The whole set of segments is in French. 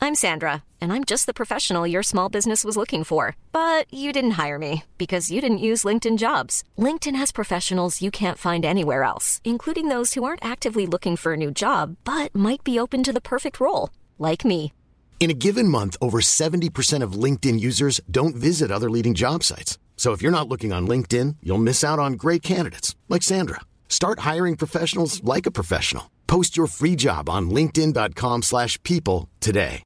I'm Sandra, and I'm just the professional your small business was looking for. But you didn't hire me because you didn't use LinkedIn Jobs. LinkedIn has professionals you can't find anywhere else, including those who aren't actively looking for a new job, but might be open to the perfect role, like me. In a given month, over 70% of LinkedIn users don't visit other leading job sites. So if you're not looking on LinkedIn, you'll miss out on great candidates like Sandra. Start hiring professionals like a professional. Post your free job on linkedin.com/people today.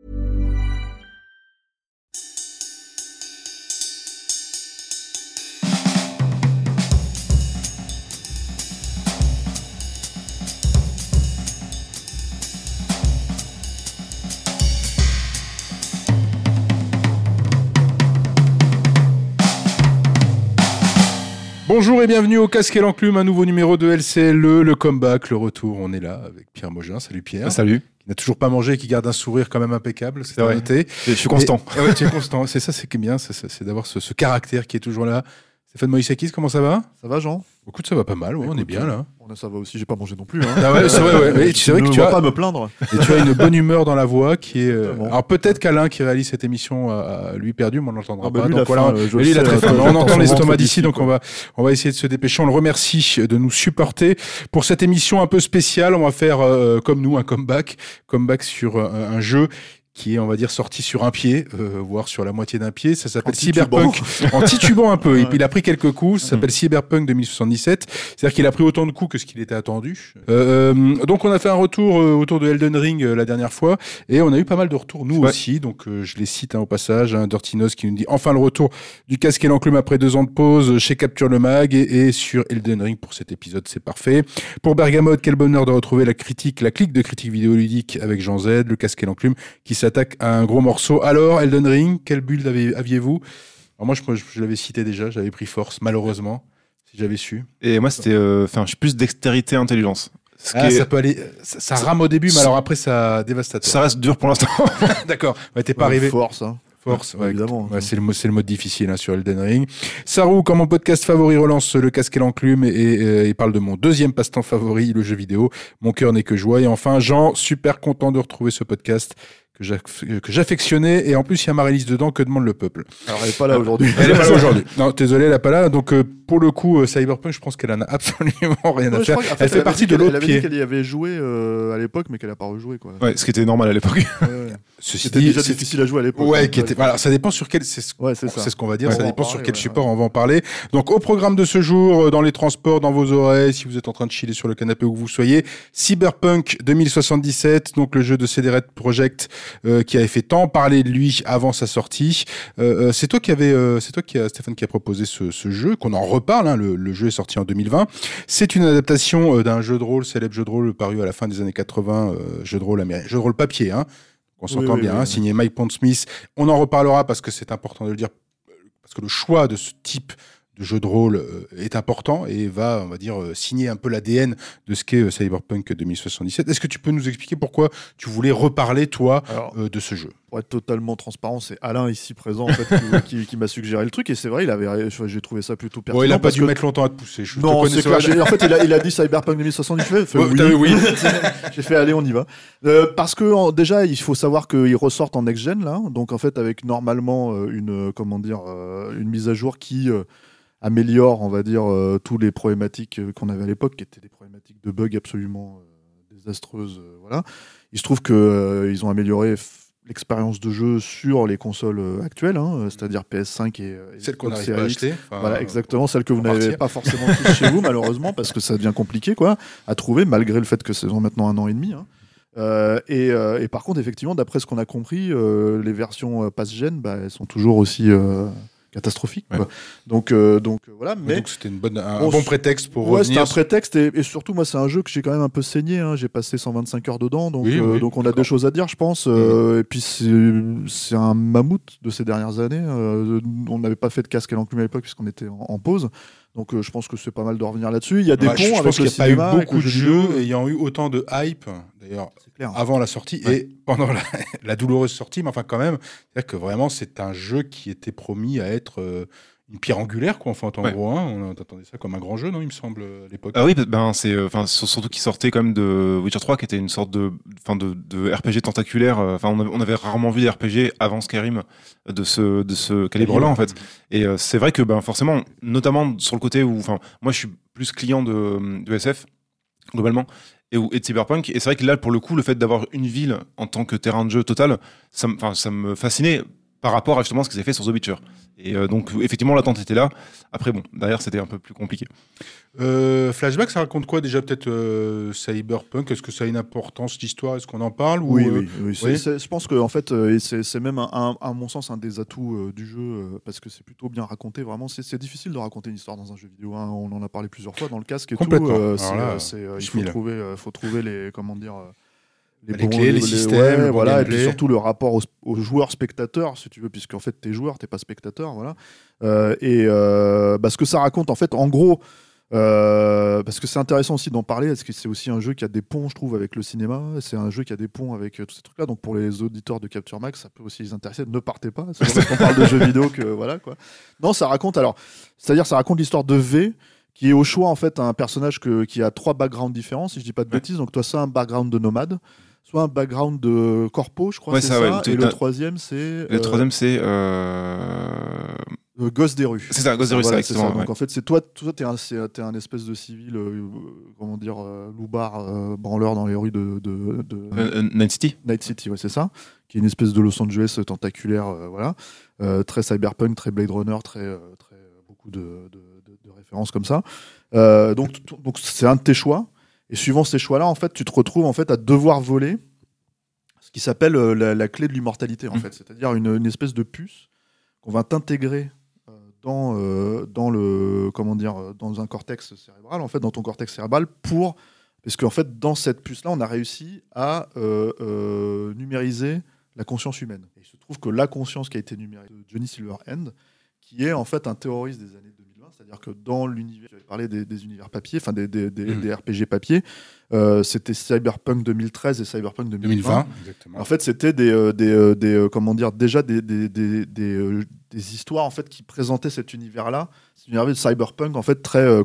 Bonjour et bienvenue au Casque et l'Enclume, un nouveau numéro de LCLE, le comeback, le retour. On est là avec Pierre Mogin. Salut Pierre. Salut. Qui n'a toujours pas mangé et qui garde un sourire quand même impeccable. C'est à noter. Je suis constant. Ouais, tu es constant. C'est ça, c'est bien. C'est d'avoir ce caractère qui est toujours là. Stéphane Moïsakis, comment ça va ? Ça va, Jean ? Écoute, ça va pas mal. Ouais, on est bien là. Ça va aussi. J'ai pas mangé non plus. Hein. Ah ouais, c'est vrai. Ouais. C'est vrai que tu vas as pas me plaindre. Et tu as une bonne humeur dans la voix qui est. Alors peut-être qu'Alain qui réalise cette émission a lui perdu, mais on l'entendra pas. Lui, donc voilà, lui, il a très faim. On entend l'estomac d'ici, donc on va essayer de se dépêcher. On le remercie de nous supporter pour cette émission un peu spéciale. On va faire comme nous un comeback sur un jeu qui est, on va dire, sorti sur un pied, voire sur la moitié d'un pied. Ça s'appelle Cyberpunk, en titubant un peu. Et puis il a pris quelques coups. Ça s'appelle Cyberpunk 2077. C'est-à-dire qu'il a pris autant de coups que ce qu'il était attendu. Donc on a fait un retour autour de Elden Ring la dernière fois. Et on a eu pas mal de retours, nous aussi. Donc je les cite au passage. Dirtinos qui nous dit enfin le retour du Casque et l'Enclume après 2 ans de pause chez Capture le Mag et sur Elden Ring pour cet épisode. C'est parfait. Pour Bergamote, quel bonheur de retrouver la clique de critique vidéoludique avec Jean Z, le Casque et l'Enclume qui s'attaque à un gros morceau. Alors, Elden Ring, quel build aviez-vous ? Alors moi, je l'avais cité déjà, j'avais pris force, malheureusement, si j'avais su. Et moi, c'était je suis plus dextérité, intelligence. Ça peut aller, ça rame au début, mais alors après, ça dévastateur. Ça reste dur pour l'instant. D'accord, t'es pas arrivé. Force, hein. Force, évidemment. Ouais, c'est le mode difficile sur Elden Ring. Sarou, comme mon podcast favori, relance le Casque et l'Enclume et il parle de mon deuxième passe-temps favori, le jeu vidéo. Mon cœur n'est que joie. Et enfin, Jean, super content de retrouver ce podcast que j'affectionnais, et en plus il y a Marylis dedans. Que demande le peuple? Alors elle est pas là aujourd'hui. Elle est pas là aujourd'hui. Non, désolé, elle est pas là. Donc pour le coup, Cyberpunk, je pense qu'elle en a absolument rien à faire. Elle fait partie de l'autre pied. Elle avait dit qu'elle y avait joué à l'époque, mais qu'elle a pas rejoué, quoi. Ouais, ce qui était normal à l'époque. C'était déjà difficile à jouer à l'époque. Ouais, voilà, ça dépend sur quel. C'est ce qu'on va dire. Ça dépend sur quel support on va en parler. Donc au programme de ce jour, dans les transports, dans vos oreilles, si vous êtes en train de chiller sur le canapé où que vous soyez, Cyberpunk 2077, donc le jeu de CD Red Projekt. Qui avait fait tant parler de lui avant sa sortie. C'est toi, Stéphane, qui a proposé ce jeu, qu'on en reparle. Hein, le jeu est sorti en 2020. C'est une adaptation d'un jeu de rôle, célèbre jeu de rôle paru à la fin des années 80, jeu de rôle américain, jeu de rôle papier. Hein, on s'entend bien, signé Mike Pondsmith. On en reparlera parce que c'est important de le dire, parce que le choix de ce type de jeu de rôle est important et va, on va dire, signer un peu l'ADN de ce qu'est Cyberpunk 2077. Est-ce que tu peux nous expliquer pourquoi tu voulais reparler, toi, de ce jeu ? Pour être totalement transparent, c'est Alain ici présent en fait, qui m'a suggéré le truc, et c'est vrai, j'ai trouvé ça plutôt pertinent. Il a pas dû mettre longtemps à te pousser. Non, c'est clair. En fait, il a dit Cyberpunk 2077. Oui. J'ai fait allez, on y va. Parce que déjà, il faut savoir qu'ils ressortent en next-gen là, donc en fait avec normalement une mise à jour qui améliore, on va dire, tous les problématiques qu'on avait à l'époque, qui étaient des problématiques de bugs absolument désastreuses. Voilà. Il se trouve qu'ils ont amélioré l'expérience de jeu sur les consoles actuelles, c'est-à-dire PS5 et celle qu'on n'arrive pas à acheter. Voilà, exactement, celle que vous n'avez pas forcément tous chez vous, malheureusement, parce que ça devient compliqué à trouver, malgré le fait que c'est maintenant 1 an et demi. Et par contre, effectivement, d'après ce qu'on a compris, les versions pass-gen, elles sont toujours aussi catastrophique, quoi. Donc voilà, mais donc c'était un bon prétexte pour revenir. C'était un prétexte, et surtout moi c'est un jeu que j'ai quand même un peu saigné, j'ai passé 125 heures dedans, donc donc on a des choses à dire, je pense. Et puis c'est un mammouth de ces dernières années. On n'avait pas fait de Casque et l'Enclume à l'époque puisqu'on était en pause. Donc je pense que c'est pas mal de revenir là-dessus. Il y a des ponts avec le cinéma. Je pense qu'il n'y a pas eu beaucoup de jeux ayant eu autant de hype, d'ailleurs, avant la sortie et pendant la douloureuse sortie, mais enfin quand même, c'est-à-dire que vraiment c'est un jeu qui était promis à être une pierre angulaire, quoi. Enfin, en Ouais. gros, on attendait ça comme un grand jeu, non, il me semble, à l'époque. Ah oui, c'est surtout qu'il sortait quand même de Witcher 3, qui était une sorte de RPG tentaculaire. On avait rarement vu des RPG avant Skyrim de ce calibre-là, en fait. Et c'est vrai que forcément, notamment sur le côté où, moi, je suis plus client de SF globalement et de Cyberpunk. Et c'est vrai que là, pour le coup, le fait d'avoir une ville en tant que terrain de jeu total, ça me fascinait par rapport à justement ce qu'ils avaient fait sur The Witcher. Et donc, effectivement, l'attente était là. Après, bon, derrière, c'était un peu plus compliqué. Flashback, ça raconte quoi déjà, peut-être Cyberpunk? Est-ce que ça a une importance, l'histoire? Est-ce qu'on en parle Oui. Oui. Je pense que en fait, c'est même à mon sens un des atouts du jeu parce que c'est plutôt bien raconté. Vraiment, c'est difficile de raconter une histoire dans un jeu vidéo. Hein. On en a parlé plusieurs fois dans le casque et Complètement. tout. Il faut trouver les les clés, les systèmes, voilà, et puis surtout le rapport aux joueurs spectateurs, si tu veux, puisqu'en fait t'es joueur, t'es pas spectateur, voilà. Ce que ça raconte, en fait, en gros. Parce que c'est intéressant aussi d'en parler, parce que c'est aussi un jeu qui a des ponts, je trouve, avec le cinéma. C'est un jeu qui a des ponts avec tous ces trucs-là. Donc pour les auditeurs de Capture Max, ça peut aussi les intéresser. Ne partez pas. C'est parce qu'on parle de jeux vidéo que voilà quoi. Non, ça raconte l'histoire de V, qui est au choix en fait un personnage qui a 3 backgrounds différents, si je dis pas de bêtises. Donc toi, c'est un background de nomade, soit un background de corpo, je crois. Ouais, c'est ça, ça. ouais, Et le troisième, c'est. Le troisième, c'est. Gosse des rues. C'est ça, Gosse des rues, Voilà, c'est ça. exactement. Donc en fait, c'est toi t'es un espèce de civil, loupard, branleur dans les rues de Night City. Night City, ouais, c'est ça, qui est une espèce de Los Angeles tentaculaire, voilà, très cyberpunk, très Blade Runner, très beaucoup de références comme ça. Donc c'est un de tes choix. Et suivant ces choix-là, en fait, tu te retrouves en fait à devoir voler ce qui s'appelle la clé de l'immortalité, en fait, c'est-à-dire une espèce de puce qu'on va t'intégrer dans un cortex cérébral, en fait, dans ton cortex cérébral, parce qu'en fait, dans cette puce-là, on a réussi à numériser la conscience humaine. Et il se trouve que la conscience qui a été numérisée de Johnny Silverhand, qui est en fait un terroriste des années 2020, c'est-à-dire que dans l'univers, j'avais parlé des univers papier, enfin des RPG papier, c'était Cyberpunk 2013 et Cyberpunk 2020. Exactement. En fait, c'était des histoires en fait qui présentaient cet univers-là, cet univers de cyberpunk en fait très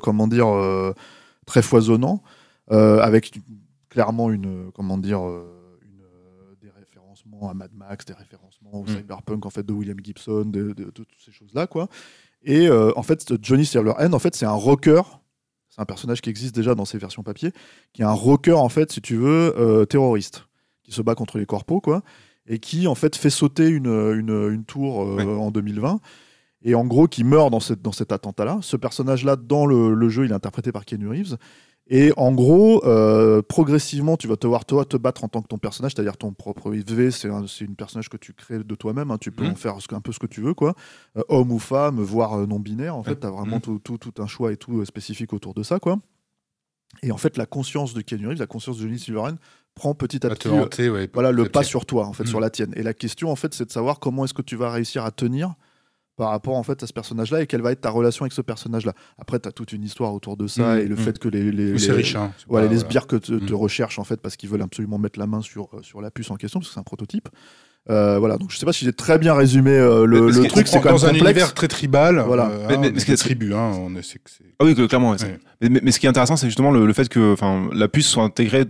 très foisonnant, avec clairement des référencements à Mad Max, des référencements au cyberpunk en fait de William Gibson, de toutes ces choses-là quoi. Et en fait, Johnny Silverhand, en fait, c'est un rocker. C'est un personnage qui existe déjà dans ses versions papier, qui est un rocker en fait, si tu veux, terroriste, qui se bat contre les corpos quoi. Et qui en fait fait sauter une tour en 2020 et en gros qui meurt dans cet attentat-là. Ce personnage-là dans le jeu, il est interprété par Keanu Reeves et en gros progressivement tu vas devoir te battre en tant que ton personnage, c'est-à-dire ton propre IV, c'est une personnage que tu crées de toi-même, hein, tu peux en faire un peu ce que tu veux quoi, homme ou femme, voire non binaire en fait, tu as vraiment tout un choix et tout spécifique autour de ça quoi. Et en fait la conscience de Keanu Reeves, la conscience de Johnny Silverhand prend petit à petit le pas sur toi en fait, sur la tienne. Et la question en fait, c'est de savoir comment est-ce que tu vas réussir à tenir par rapport en fait à ce personnage-là et quelle va être ta relation avec ce personnage-là. Après, tu as toute une histoire autour de ça et le fait que c'est riche, hein. Les sbires que te recherchent en fait parce qu'ils veulent absolument mettre la main sur la puce en question parce que c'est un prototype. Voilà, donc je sais pas si j'ai très bien résumé le truc, c'est quand même dans un complexe. univers très tribal. Voilà. Mais ce qui est tribu, hein, Ah oui, clairement. Ouais. Mais ce qui est intéressant, c'est justement le fait que la puce soit intégrée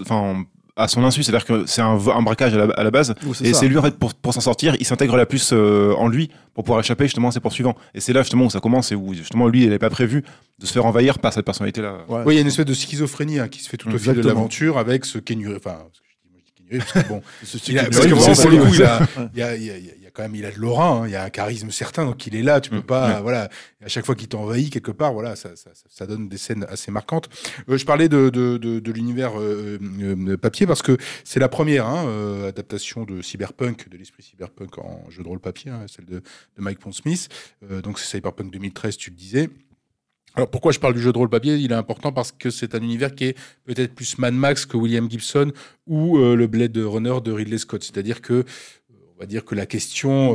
à son insu, c'est-à-dire que c'est un braquage à la base, c'est lui en fait pour s'en sortir, il s'intègre la puce en lui pour pouvoir échapper justement à ses poursuivants. Et c'est là justement où ça commence et où justement lui il n'avait pas prévu de se faire envahir par cette personnalité-là. Ouais, il y a une espèce de schizophrénie qui se fait tout au fil de l'aventure avec ce Keanu. Enfin, parce que bon, pour le coup, il a de l'aura, il y a un charisme certain, donc il est là, tu peux pas, voilà, à chaque fois qu'il t'envahit quelque part, voilà, ça donne des scènes assez marquantes. Je parlais de l'univers papier parce que c'est la première adaptation de cyberpunk, de l'esprit cyberpunk en jeu de rôle papier, celle de Mike Pondsmith. Donc c'est Cyberpunk 2013, tu le disais. Alors pourquoi je parle du jeu de rôle papier ? Il est important parce que c'est un univers qui est peut-être plus Mad Max que William Gibson ou le Blade Runner de Ridley Scott. C'est-à-dire que, on va dire que la question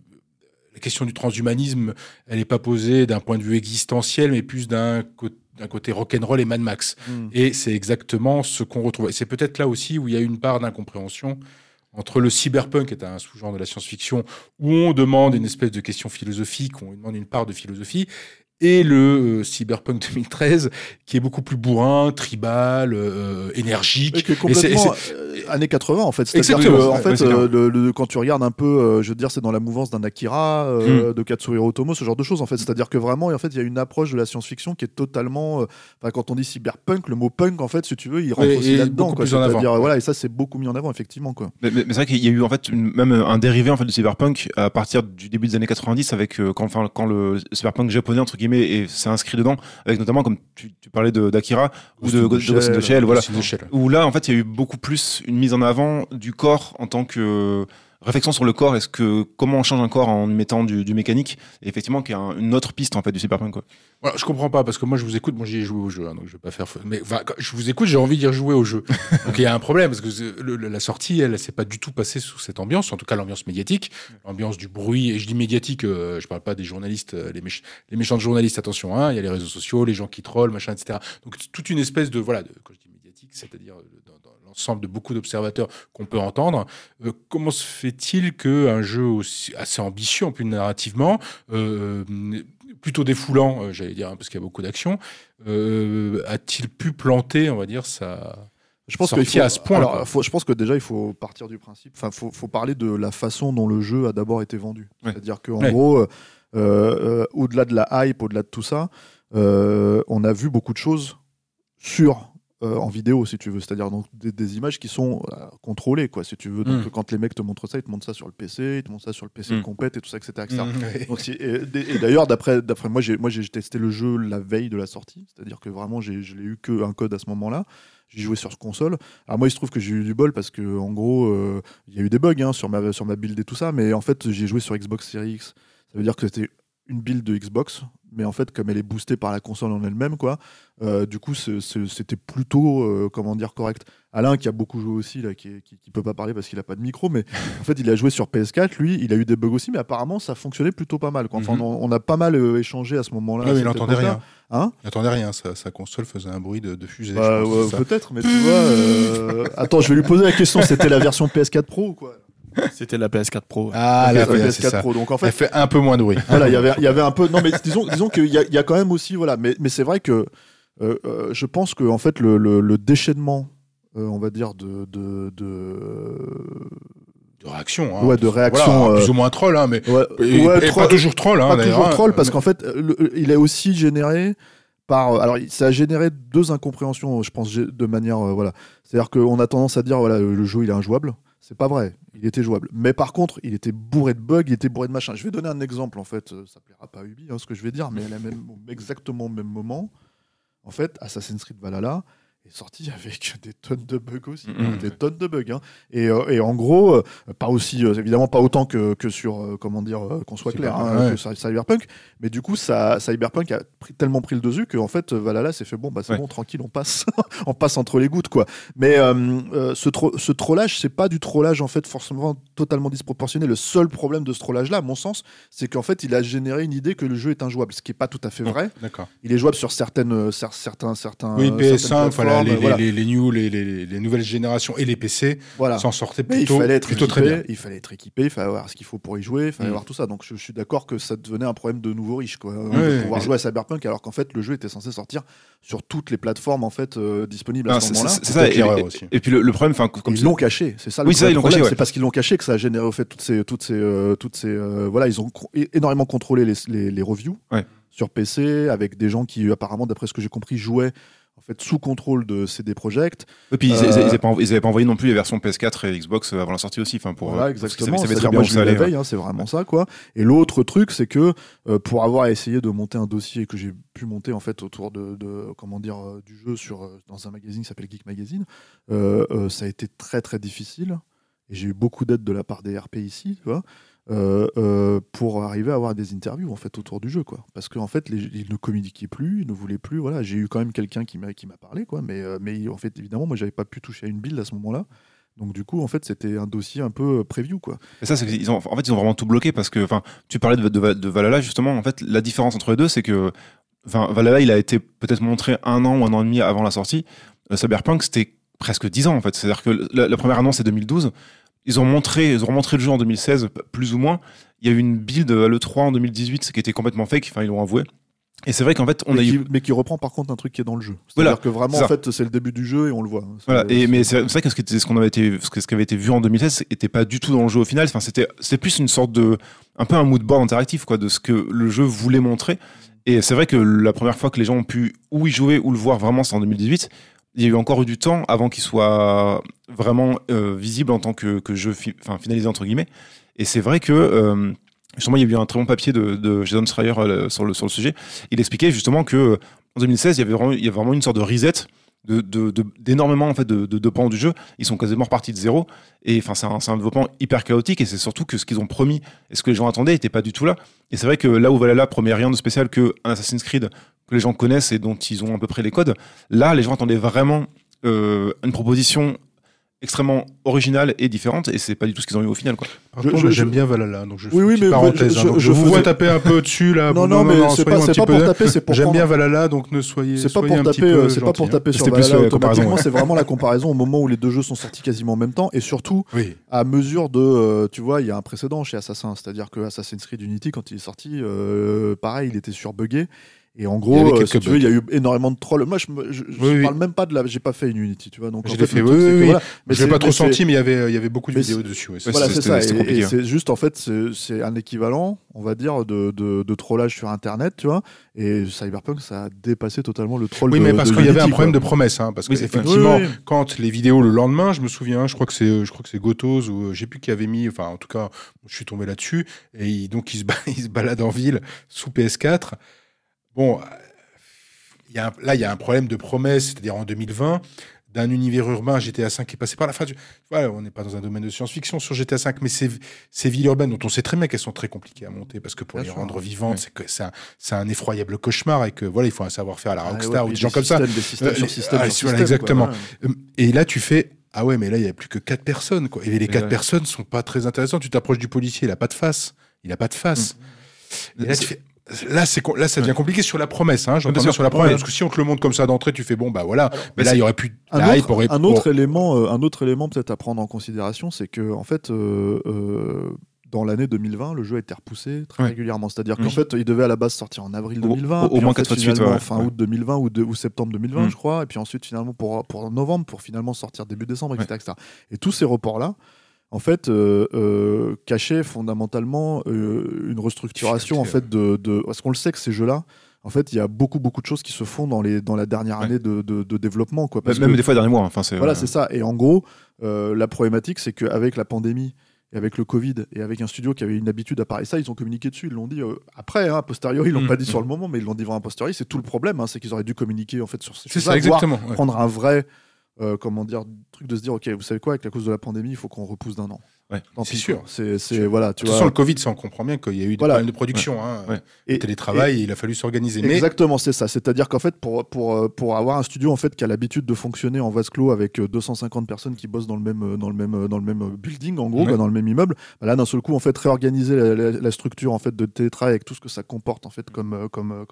du transhumanisme, elle n'est pas posée d'un point de vue existentiel, mais plus d'un côté rock'n'roll et Mad Max. Et c'est exactement ce qu'on retrouve. Et c'est peut-être là aussi où il y a une part d'incompréhension entre le cyberpunk, qui est un sous-genre de la science-fiction, où on demande une espèce de question philosophique, où on demande une part de philosophie, et le Cyberpunk 2013, qui est beaucoup plus bourrin, tribal, énergique. Et qui est complètement années 80, en fait. C'est-à-dire que, en fait, quand tu regardes un peu, je veux dire, c'est dans la mouvance d'un Akira, de Katsuhiro Otomo, ce genre de choses, en fait. C'est-à-dire que vraiment, en fait, il y a une approche de la science-fiction qui est totalement... quand on dit cyberpunk, le mot punk, en fait, si tu veux, il rentre aussi là-dedans. Quoi. C'est-à-dire, voilà, et ça, c'est beaucoup mis en avant, effectivement. Quoi. Mais c'est vrai qu'il y a eu, en fait, même un dérivé, en fait, du cyberpunk à partir du début des années 90, avec quand le cyberpunk japonais, entre guillemets, et c'est inscrit dedans, avec notamment, comme tu parlais d'Akira ou de Ghost in the Shell, voilà, où là, en fait, il y a eu beaucoup plus une mise en avant du corps en tant que réflexion sur le corps, comment on change un corps en mettant du mécanique, et effectivement, qui est une autre piste, en fait, du cyberpunk, quoi. Voilà, je comprends pas, parce que moi, je vous écoute, j'y ai joué au jeu, hein, donc je vais pas faire... Mais je vous écoute, j'ai envie d'y rejouer au jeu. Donc il y a un problème, parce que la sortie, elle s'est pas du tout passée sous cette ambiance, en tout cas l'ambiance médiatique, l'ambiance du bruit, et je dis médiatique, je parle pas des journalistes, les méchants journalistes, attention, hein, il y a les réseaux sociaux, les gens qui trollent, machin, etc. Donc toute une espèce de, voilà, quand je dis médiatique, c'est-à-dire dans l'ensemble de beaucoup d'observateurs qu'on peut entendre. Comment se fait-il qu'un jeu aussi, assez ambitieux, en plus narrativement, plutôt défoulant, j'allais dire, hein, parce qu'il y a beaucoup d'action, a-t-il pu planter, on va dire, je pense sortie à ce point? Alors, je pense que déjà, il faut partir du principe, faut parler de la façon dont le jeu a d'abord été vendu. Ouais. C'est-à-dire qu'en gros, au-delà de la hype, au-delà de tout ça, on a vu beaucoup de choses en vidéo, si tu veux, c'est-à-dire donc des images qui sont contrôlées, quoi, si tu veux. Donc quand les mecs te montrent ça, ils te montrent ça sur le PC, ils te montrent ça sur le PC de compète et tout ça, etc. Donc, et d'ailleurs, d'après moi, j'ai testé le jeu la veille de la sortie, c'est-à-dire que vraiment, je l'ai eu qu'un code à ce moment-là. J'ai joué sur console. Alors moi, il se trouve que j'ai eu du bol parce que en gros, il y a eu des bugs hein, sur ma build et tout ça, mais en fait, j'ai joué sur Xbox Series X. Ça veut dire que c'était une build de Xbox, mais en fait, comme elle est boostée par la console en elle-même, quoi, du coup, c'était plutôt, correct. Alain, qui a beaucoup joué aussi, là, qui peut pas parler parce qu'il a pas de micro, mais en fait, il a joué sur PS4, lui, il a eu des bugs aussi, mais apparemment, ça fonctionnait plutôt pas mal, quoi. Enfin, on a pas mal échangé à ce moment-là. Oui, mais il n'entendait rien. Hein, il n'entendait rien, sa console faisait un bruit de fusée. Peut-être, mais tu vois... Attends, je vais lui poser la question, c'était la version PS4 Pro ou quoi? C'était la PS4 Pro. Ah, la PS4 Pro. Donc en fait, elle fait un peu moins de bruit. Voilà, il y avait un peu. Non, mais disons qu'il y a quand même aussi, voilà. Mais c'est vrai que je pense que en fait le déchaînement, on va dire de réaction. Hein, ouais, de réaction. Voilà, plus ou moins troll, hein, mais pas toujours troll. Hein, pas toujours troll, parce qu'en fait, il est aussi généré par. Alors, ça a généré deux incompréhensions, je pense, de manière. Voilà. C'est-à-dire qu'on a tendance à dire, voilà, le jeu il est injouable. C'est pas vrai, il était jouable. Mais par contre, il était bourré de bugs, il était bourré de machin. Je vais donner un exemple, en fait, ça plaira pas à Ubi, hein, ce que je vais dire, mais exactement au même moment, en fait, Assassin's Creed Valhalla est sorti avec des tonnes de bugs aussi, des tonnes de bugs. Hein. Et en gros, pas aussi, évidemment pas autant que sur, qu'on soit clair, hein, que Cyberpunk, mais du coup, Cyberpunk a tellement pris le dessus qu'en fait, Valhalla s'est fait bon, tranquille, on passe, on passe entre les gouttes, quoi. Mais ce trollage, c'est pas du trollage en fait forcément totalement disproportionné. Le seul problème de ce trollage-là, à mon sens, c'est qu'en fait, il a généré une idée que le jeu est injouable, ce qui est pas tout à fait vrai. D'accord. Il est jouable sur certains. Oui, PS5, voilà. Les nouvelles générations et les PC s'en sortaient plutôt très bien. Il fallait être équipé, il fallait avoir ce qu'il faut pour y jouer, il fallait avoir tout ça. Donc je suis d'accord que ça devenait un problème de nouveau riche, quoi, de pouvoir jouer à Cyberpunk, alors qu'en fait le jeu était censé sortir sur toutes les plateformes en fait disponibles à ce moment-là. C'est ça. Et puis le problème, ils l'ont caché. C'est ça. C'est parce qu'ils l'ont caché que ça a généré au fait toutes ces voilà, ils ont énormément contrôlé les reviews sur PC avec des gens qui apparemment, d'après ce que j'ai compris, jouaient en fait sous contrôle de CD Projekt. Et puis ils n'avaient pas envoyé non plus les versions PS4 et Xbox avant la sortie aussi. Voilà, exactement. Moi je l'ai veille, c'est vraiment ça, quoi. Et l'autre truc, c'est que pour avoir essayé de monter un dossier que j'ai pu monter en fait autour du jeu dans un magazine qui s'appelle Geek Magazine, ça a été très très difficile. Et j'ai eu beaucoup d'aide de la part des RP ici, tu vois. Pour arriver à avoir des interviews en fait autour du jeu, quoi, parce qu'en fait ils ne communiquaient plus, ils ne voulaient plus, voilà. J'ai eu quand même quelqu'un qui m'a parlé, quoi, mais en fait évidemment moi j'avais pas pu toucher à une build à ce moment-là, donc du coup en fait c'était un dossier un peu preview, quoi. Et ça, c'est qu'ils ont vraiment tout bloqué, parce que tu parlais de Valhalla, justement. En fait la différence entre les deux, c'est que Valhalla il a été peut-être montré 1 an ou 1 an et demi avant la sortie. Cyberpunk c'était presque 10 ans en fait, c'est-à-dire que la première annonce c'est 2012. ils ont montré le jeu en 2016, plus ou moins. Il y a eu une build à l'E3 en 2018 qui était complètement fake, enfin ils l'ont avoué. Et c'est vrai qu'en fait, mais qui reprend par contre un truc qui est dans le jeu. Voilà, C'est-à-dire que vraiment, en fait, c'est le début du jeu et on le voit. Voilà. Mais c'est vrai que ce qui avait été vu en 2016 n'était pas du tout dans le jeu au final. Enfin, c'était plus une sorte un peu un mood board interactif, quoi, de ce que le jeu voulait montrer. Et c'est vrai que la première fois que les gens ont pu ou y jouer ou le voir vraiment, c'est en 2018. Il y a eu encore eu du temps avant qu'il soit vraiment visible en tant que jeu finalisé entre guillemets. Et c'est vrai que justement, il y a eu un très bon papier de Jason Schreier sur le sujet. Il expliquait justement que en 2016, il y a vraiment une sorte de reset d'énormément en fait de pans du jeu. Ils sont quasiment repartis de zéro. Et enfin, c'est un développement hyper chaotique. Et c'est surtout que ce qu'ils ont promis et ce que les gens attendaient n'était pas du tout là. Et c'est vrai que là où Valhalla promet rien de spécial que un Assassin's Creed que les gens connaissent et dont ils ont à peu près les codes, là, les gens attendaient vraiment une proposition extrêmement originale et différente, et c'est pas du tout ce qu'ils ont eu au final, quoi. J'aime bien Valhalla, donc je fais oui, une petite parenthèse. Je vous vois taper un peu dessus là. Non, mais c'est pas pour taper, c'est pour. J'aime bien Valhalla, donc ne soyez. C'est pas pour taper, c'est pas pour taper sur Valhalla automatiquement. C'est vraiment la comparaison au moment où les deux jeux sont sortis quasiment en même temps, et surtout à mesure de, tu vois, il y a un précédent chez Assassin, c'est-à-dire que Assassin's Creed Unity, quand il est sorti, pareil, il était surbuggé. Et en gros, si tu veux, il y a eu énormément de trolls. Moi, je parle même pas de j'ai pas fait une Unity, tu vois. Donc, je l'ai fait, voilà. Mais je l'ai pas trop senti, mais il y avait beaucoup de vidéos dessus. Voilà, c'est ça. Et c'est juste, en fait, c'est un équivalent, on va dire, de trollage sur Internet, tu vois. Et Cyberpunk, ça a dépassé totalement le troll. Oui, mais parce qu'il y avait un problème de promesse, hein. Parce que effectivement, quand les vidéos le lendemain, je me souviens, je crois que c'est Gotos ou je sais plus qui avait mis, enfin, en tout cas, je suis tombé là-dessus. Et donc, il se balade en ville sous PS4. Bon, il y a un problème de promesse, c'est-à-dire en 2020, d'un univers urbain GTA V qui est passé par la fin. Voilà, on n'est pas dans un domaine de science-fiction sur GTA V, mais ces villes urbaines dont on sait très bien qu'elles sont très compliquées à monter, parce que pour les rendre vivantes, c'est un effroyable cauchemar, et que voilà, il faut un savoir-faire à la Rockstar ou des gens comme ça. Des systèmes sur système. Voilà, exactement. Quoi, ouais. Et là, tu fais... Ah ouais, mais là, il n'y a plus que 4 personnes, quoi. Et les 4 personnes ne sont pas très intéressantes. Tu t'approches du policier, il n'a pas de face. Et là, tu fais... Là, ça devient compliqué sur la promesse, hein. J'entends bien sur la promesse, parce que si on te le montre comme ça d'entrée, tu fais bon, bah voilà. Alors, mais là, il y aurait plus un autre élément peut-être à prendre en considération, c'est que en fait, dans l'année 2020, le jeu a été repoussé très régulièrement. C'est-à-dire qu'en fait, il devait à la base sortir en avril 2020, au moins 4 fois de suite, fin août 2020 ou septembre 2020, je crois, et puis ensuite finalement pour novembre, pour finalement sortir début décembre, etc. Et tous ces reports-là, en fait, cachait fondamentalement une restructuration en fait parce qu'on le sait que ces jeux-là, en fait, il y a beaucoup de choses qui se font dans la dernière année de développement, quoi. Même des fois les derniers mois. Enfin, c'est ça. Et en gros, la problématique, c'est qu'avec la pandémie et avec le Covid et avec un studio qui avait une habitude à parler, ça, ils ont communiqué dessus, ils l'ont dit après, a posteriori, ils l'ont pas dit sur le moment, mais ils l'ont dit vraiment a posteriori. C'est tout le problème, c'est qu'ils auraient dû communiquer en fait sur ces choses-là, exactement. Prendre un vrai truc de se dire, ok, vous savez quoi, avec la cause de la pandémie, il faut qu'on repousse d'un an. Ouais, c'est sûr. Voilà, tu vois. Sans le Covid, ça on comprend bien qu'il y a eu des problèmes de production, le télétravail, il a fallu s'organiser. Exactement, c'est ça. C'est-à-dire qu'en fait, pour avoir un studio en fait qui a l'habitude de fonctionner en vase clos avec 250 personnes qui bossent dans le même building, en gros, dans le même immeuble, là d'un seul coup, en fait, réorganiser la structure en fait de télétravail avec tout ce que ça comporte en fait comme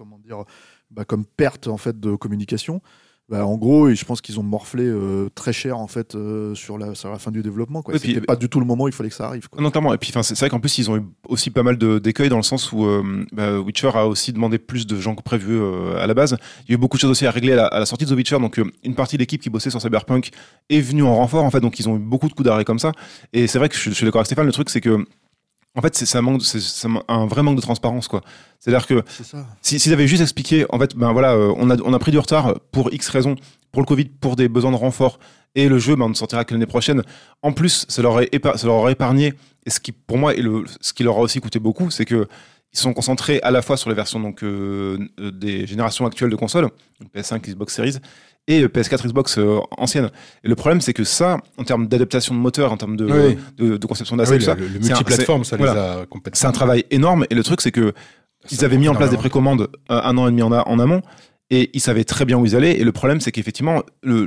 perte en fait de communication. En gros, je pense qu'ils ont morflé très cher en fait sur la fin du développement, quoi. C'était pas du tout le moment où il fallait que ça arrive, quoi. Non, clairement. Et puis c'est vrai qu'en plus ils ont eu aussi pas mal d'écueils dans le sens où Witcher a aussi demandé plus de gens que prévu à la base. Il y a eu beaucoup de choses aussi à régler à la sortie de The Witcher, donc une partie de l'équipe qui bossait sur Cyberpunk est venue en renfort en fait, donc ils ont eu beaucoup de coups d'arrêt comme ça. Et c'est vrai que je suis d'accord avec Stéphane, le truc c'est que en fait, c'est un vrai manque de transparence, quoi. C'est-à-dire que s'ils avaient juste expliqué, en fait, on a pris du retard pour X raisons, pour le Covid, pour des besoins de renfort, et le jeu, on ne sortira que l'année prochaine. En plus, ça leur aurait épargné, et ce qui, pour moi, ce qui leur a aussi coûté beaucoup, c'est que ils sont concentrés à la fois sur les versions des générations actuelles de consoles, PS5, Xbox Series, et PS4, Xbox ancienne. Et le problème, c'est que ça, en termes d'adaptation de moteur, en termes de conception d'assets, le multiplateforme, ça les a complètement... C'est un travail énorme. Et le truc, c'est que ils avaient mis en place des précommandes un an et demi en amont, et ils savaient très bien où ils allaient. Et le problème, c'est qu'effectivement,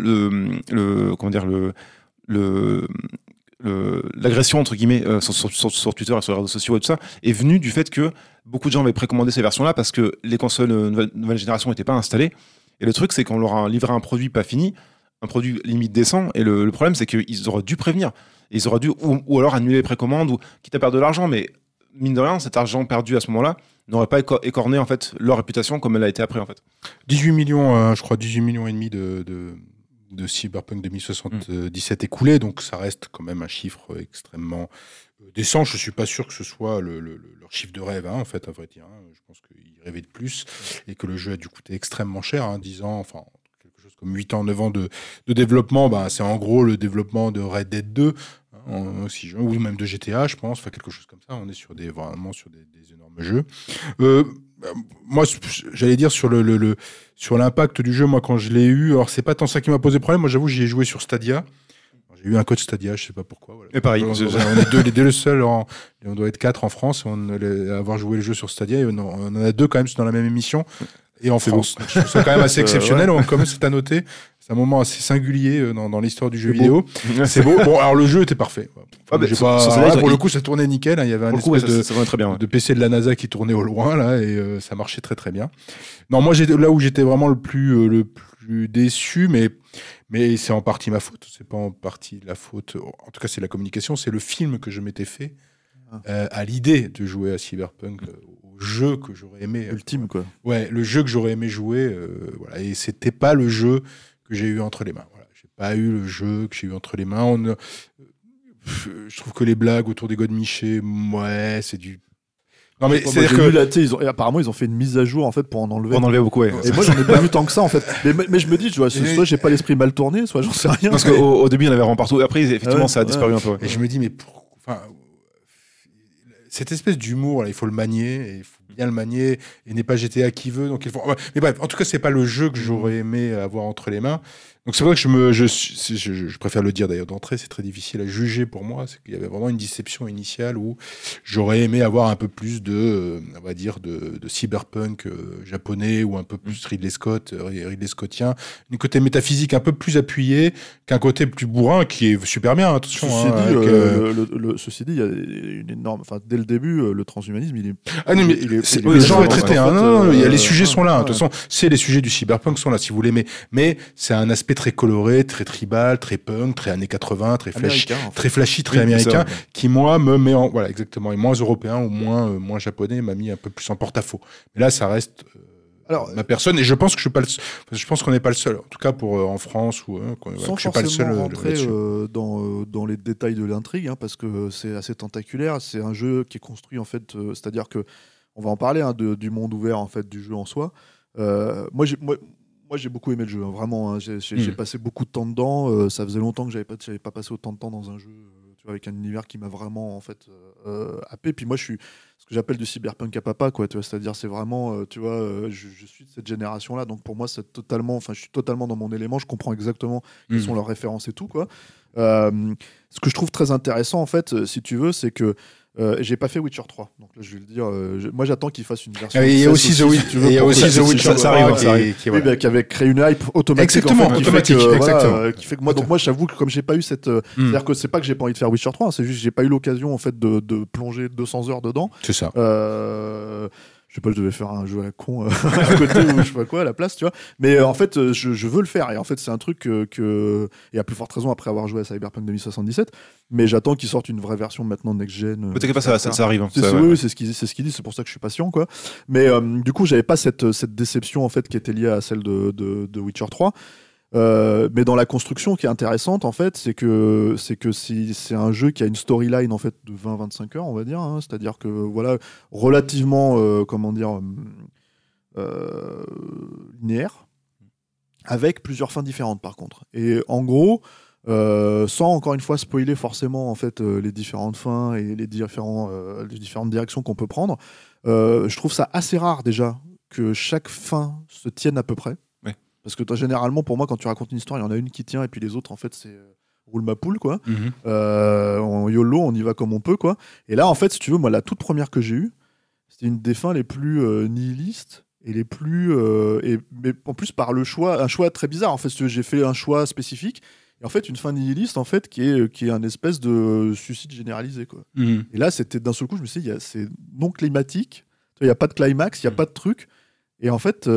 l'agression entre guillemets sur Twitter et sur les réseaux sociaux et tout ça est venue du fait que beaucoup de gens avaient précommandé ces versions-là parce que les consoles nouvelle génération n'étaient pas installées. Et le truc, c'est qu'on leur a livré un produit pas fini, un produit limite décent. Et le problème, c'est qu'ils auraient dû prévenir. Ils auraient dû, ou alors annuler les précommandes, ou quitte à perdre de l'argent. Mais mine de rien, cet argent perdu à ce moment-là n'aurait pas écorné en fait leur réputation comme elle a été après en fait. 18 millions, je crois 18 millions et demi de Cyberpunk 2077 écoulés, donc ça reste quand même un chiffre extrêmement décent. Je suis pas sûr que ce soit leur chiffre de rêve, en fait, à vrai dire. Je pense qu'ils rêvaient de plus et que le jeu a dû coûter extrêmement cher, 10 ans, enfin quelque chose comme 8 ans, 9 ans de développement. C'est en gros le développement de Red Dead 2, ou même de GTA, je pense, enfin quelque chose comme ça. On est vraiment sur des énormes jeux. Moi, j'allais dire sur sur l'impact du jeu, moi quand je l'ai eu, alors c'est pas tant ça qui m'a posé problème. Moi, j'avoue, j'y ai joué sur Stadia. J'ai eu un code Stadia, je sais pas pourquoi. Voilà. Et pareil, on est deux seuls, on doit être 4 en France, avoir joué le jeu sur Stadia. Et on en a 2 quand même dans la même émission. Et en France, je trouve ça quand même assez exceptionnel. Comme c'est à noter, c'est un moment assez singulier dans l'histoire du jeu vidéo. C'est beau. Bon, alors le jeu était parfait. Pour le coup, ça tournait nickel. Il y avait un espèce de PC de la NASA qui tournait au loin là, et ça marchait très très bien. Non, moi là où j'étais vraiment le plus déçu, mais c'est en partie ma faute. C'est pas en partie la faute. En tout cas, c'est la communication. C'est le film que je m'étais fait à l'idée de jouer à Cyberpunk. Jeu que j'aurais aimé ultime quoi. Ouais, le jeu que j'aurais aimé jouer, voilà, et c'était pas le jeu que j'ai eu entre les mains. Voilà, j'ai pas eu le jeu que j'ai eu entre les mains. Je trouve que les blagues autour des Godemiché, ouais, c'est du. Non mais c'est que apparemment ils ont fait une mise à jour en fait pour en enlever. Pour en enlever beaucoup, ouais. Et moi j'en ai pas vu tant que ça en fait. Mais je me dis, soit j'ai pas l'esprit mal tourné, soit j'en sais rien. Parce qu'au début il y en avait vraiment partout. Après effectivement ça a disparu un peu. Ouais. Et je me dis mais cette espèce d'humour là, il faut le manier, et il faut bien le manier, et n'est pas GTA qui veut, donc il faut. Mais bref, en tout cas c'est pas le jeu que j'aurais aimé avoir entre les mains. Donc c'est vrai que je préfère le dire d'ailleurs d'entrée, c'est très difficile à juger pour moi, c'est qu'il y avait vraiment une déception initiale où j'aurais aimé avoir un peu plus on va dire de cyberpunk japonais, ou un peu plus Ridley Scottien, un côté métaphysique un peu plus appuyé qu'un côté plus bourrin qui est super bien, attention. Ceci dit, il y a une énorme, enfin dès le début, le transhumanisme il est. Le genre est traité. Les sujets sont là. De toute façon, les sujets du cyberpunk sont là si vous voulez, mais c'est un aspect très coloré, très tribal, très punk, très années 80, très flashy, très américain, qui moi me met en exactement, et moins européen ou moins japonais, m'a mis un peu plus en porte-à-faux. Mais là, ça reste ma personne, et je pense que je pense qu'on n'est pas le seul, en tout cas pour en France, ou sans je suis pas le seul rentrer dans les détails de l'intrigue, parce que c'est assez tentaculaire. C'est un jeu qui est construit en fait, c'est-à-dire que on va en parler du monde ouvert en fait du jeu en soi. Moi, j'ai beaucoup aimé le jeu, vraiment. J'ai passé beaucoup de temps dedans. Ça faisait longtemps que j'avais pas passé autant de temps dans un jeu, avec un univers qui m'a vraiment en fait happé. Puis moi, je suis ce que j'appelle du cyberpunk à papa, quoi. C'est-à-dire, c'est vraiment, je suis de cette génération-là. Donc pour moi, je suis totalement dans mon élément. Je comprends exactement quelles sont leurs références et tout, quoi. Ce que je trouve très intéressant, en fait, si tu veux, c'est que j'ai pas fait Witcher 3, donc là je vais le dire. Moi j'attends qu'il fasse une version. Il y a aussi The Witcher, ça arrive. Qui avait créé une hype automatique. Exactement, qui fait que moi, donc moi j'avoue que comme j'ai pas eu cette, c'est-à-dire que c'est pas que j'ai pas envie de faire Witcher 3, c'est juste que j'ai pas eu l'occasion en fait de plonger 200 heures dedans. C'est ça. Je sais pas, je devais faire un jeu à la con à côté ou je sais pas quoi à la place, tu vois. Mais en fait, je veux le faire, et en fait c'est un truc et à plus forte raison après avoir joué à Cyberpunk 2077. Mais j'attends qu'ils sortent une vraie version maintenant next-gen. Peut-être pas, ça arrive. C'est ce qu'il dit, c'est pour ça que je suis patient, quoi. Mais du coup, j'avais pas cette déception en fait qui était liée à celle de Witcher 3. Mais dans la construction qui est intéressante en fait, c'est que c'est un jeu qui a une storyline en fait de 20-25 heures, on va dire, c'est-à-dire que voilà, relativement linéaire, avec plusieurs fins différentes par contre. Et en gros, sans encore une fois spoiler forcément en fait les différentes fins et les différentes directions qu'on peut prendre, je trouve ça assez rare déjà que chaque fin se tienne à peu près. Parce que généralement, pour moi, quand tu racontes une histoire, il y en a une qui tient, et puis les autres, en fait, c'est roule ma poule, quoi. En YOLO, on y va comme on peut, quoi. Et là, en fait, si tu veux, moi, la toute première que j'ai eue, c'était une des fins les plus nihilistes et les plus. Mais en plus, par un choix très bizarre. En fait, si tu veux, j'ai fait un choix spécifique. Et en fait, une fin nihiliste, en fait, qui est un espèce de suicide généralisé, quoi. Et là, c'était d'un seul coup, je me suis dit, c'est non climatique, il n'y a pas de climax, il n'y a pas de truc. Et en fait,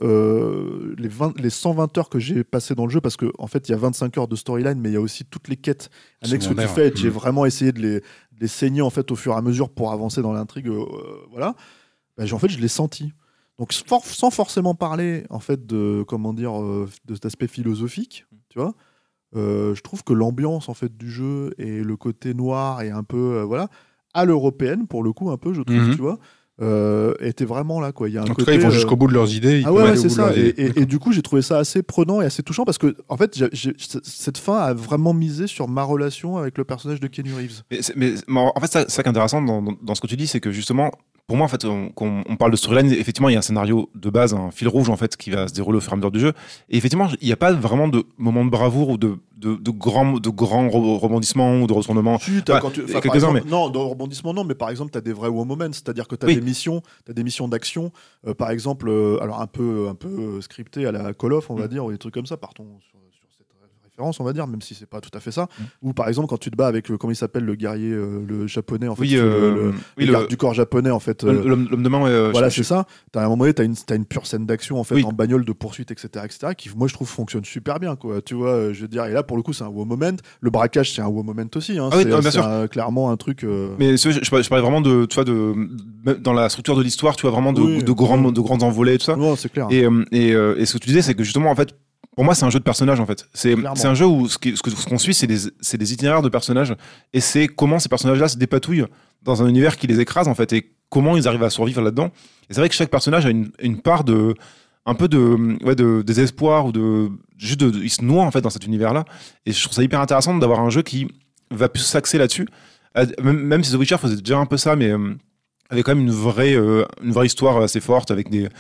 les 120 heures que j'ai passées dans le jeu, parce qu'en fait, il y a 25 heures de storyline, mais il y a aussi toutes les quêtes annexes que tu fais. J'ai vraiment essayé de les saigner en fait, au fur et à mesure pour avancer dans l'intrigue. Voilà. En fait, je l'ai senti. Donc, sans forcément parler en fait, de cet aspect philosophique, tu vois, je trouve que l'ambiance en fait, du jeu et le côté noir et un peu à l'européenne, pour le coup, un peu, je trouve, tu vois. Était vraiment là, quoi. Il y a un côté, tout cas, ils vont jusqu'au bout de leurs idées. C'est ça. Et du coup, j'ai trouvé ça assez prenant et assez touchant parce que, en fait, cette fin a vraiment misé sur ma relation avec le personnage de Keanu Reeves. Mais en fait, ça qui est intéressant dans ce que tu dis, c'est que justement, pour moi, en fait, quand on parle de storyline, effectivement, il y a un scénario de base, un fil rouge en fait, qui va se dérouler au fur et à mesure du jeu. Et effectivement, il n'y a pas vraiment de moment de bravoure ou de grands rebondissements ou de retournements. Quelques-uns, mais non, de rebondissements, non. Mais par exemple, tu as des vrais wow moments, c'est-à-dire que tu as des missions d'action, par exemple, alors un peu scripté à la Call of, on va dire, ou des trucs comme ça. Partons sur cette référence, on va dire, même si c'est pas tout à fait ça. Ou par exemple, quand tu te bats avec comment il s'appelle, le guerrier, le japonais, en fait, le garde du corps japonais, en fait, l'homme de main. Voilà, c'est ça. À un moment donné, t'as une pure scène d'action en fait, en bagnole de poursuite, etc., qui, moi, je trouve fonctionne super bien, quoi. Tu vois, je veux dire, et là, pour le coup, c'est un wow moment. Le braquage, c'est un wow moment aussi. Hein. C'est clairement un truc. Mais je parlais vraiment dans la structure de l'histoire, tu vois, vraiment de grands envolées et tout ça. Non, c'est clair. Et ce que tu disais, c'est que justement, en fait, pour moi, c'est un jeu de personnages, en fait. C'est un jeu où ce qu'on suit, c'est des itinéraires de personnages, et c'est comment ces personnages-là se dépatouillent dans un univers qui les écrase, en fait, et comment ils arrivent à survivre là-dedans. Et c'est vrai que chaque personnage a une part un peu de désespoir, ou il se noie, en fait, dans cet univers-là. Et je trouve ça hyper intéressant d'avoir un jeu qui va plus s'axer là-dessus. Même si The Witcher faisait déjà un peu ça, mais avec quand même une vraie histoire assez forte, avec des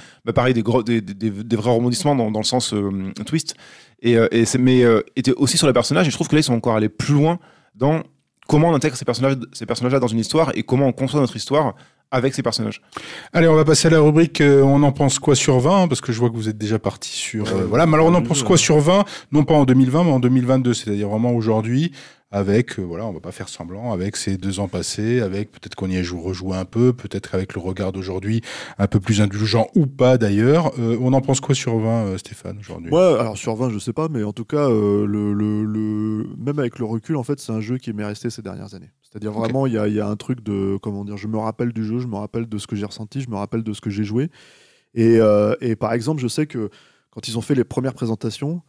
vrais rebondissements dans le sens twist. Mais était aussi sur les personnages, et je trouve que là, ils sont encore allés plus loin dans comment on intègre ces personnages-là dans une histoire, et comment on construit notre histoire avec ces personnages. Allez, on va passer à la rubrique on en pense quoi sur 20, parce que je vois que vous êtes déjà parti sur... voilà, mais alors on en pense quoi sur 20, non pas en 2020, mais en 2022, c'est-à-dire vraiment aujourd'hui, avec, on va pas faire semblant, avec ces 2 ans passés, avec peut-être qu'on y a rejoué un peu, peut-être avec le regard d'aujourd'hui un peu plus indulgent ou pas d'ailleurs. On en pense quoi sur 20, Stéphane, aujourd'hui ? Ouais, alors sur 20, je sais pas, mais en tout cas, même avec le recul, en fait, c'est un jeu qui m'est resté ces dernières années. C'est-à-dire vraiment, il y a un truc de, comment dire, je me rappelle du jeu, je me rappelle de ce que j'ai ressenti, je me rappelle de ce que j'ai joué. Et par exemple, je sais que quand ils ont fait les premières présentations,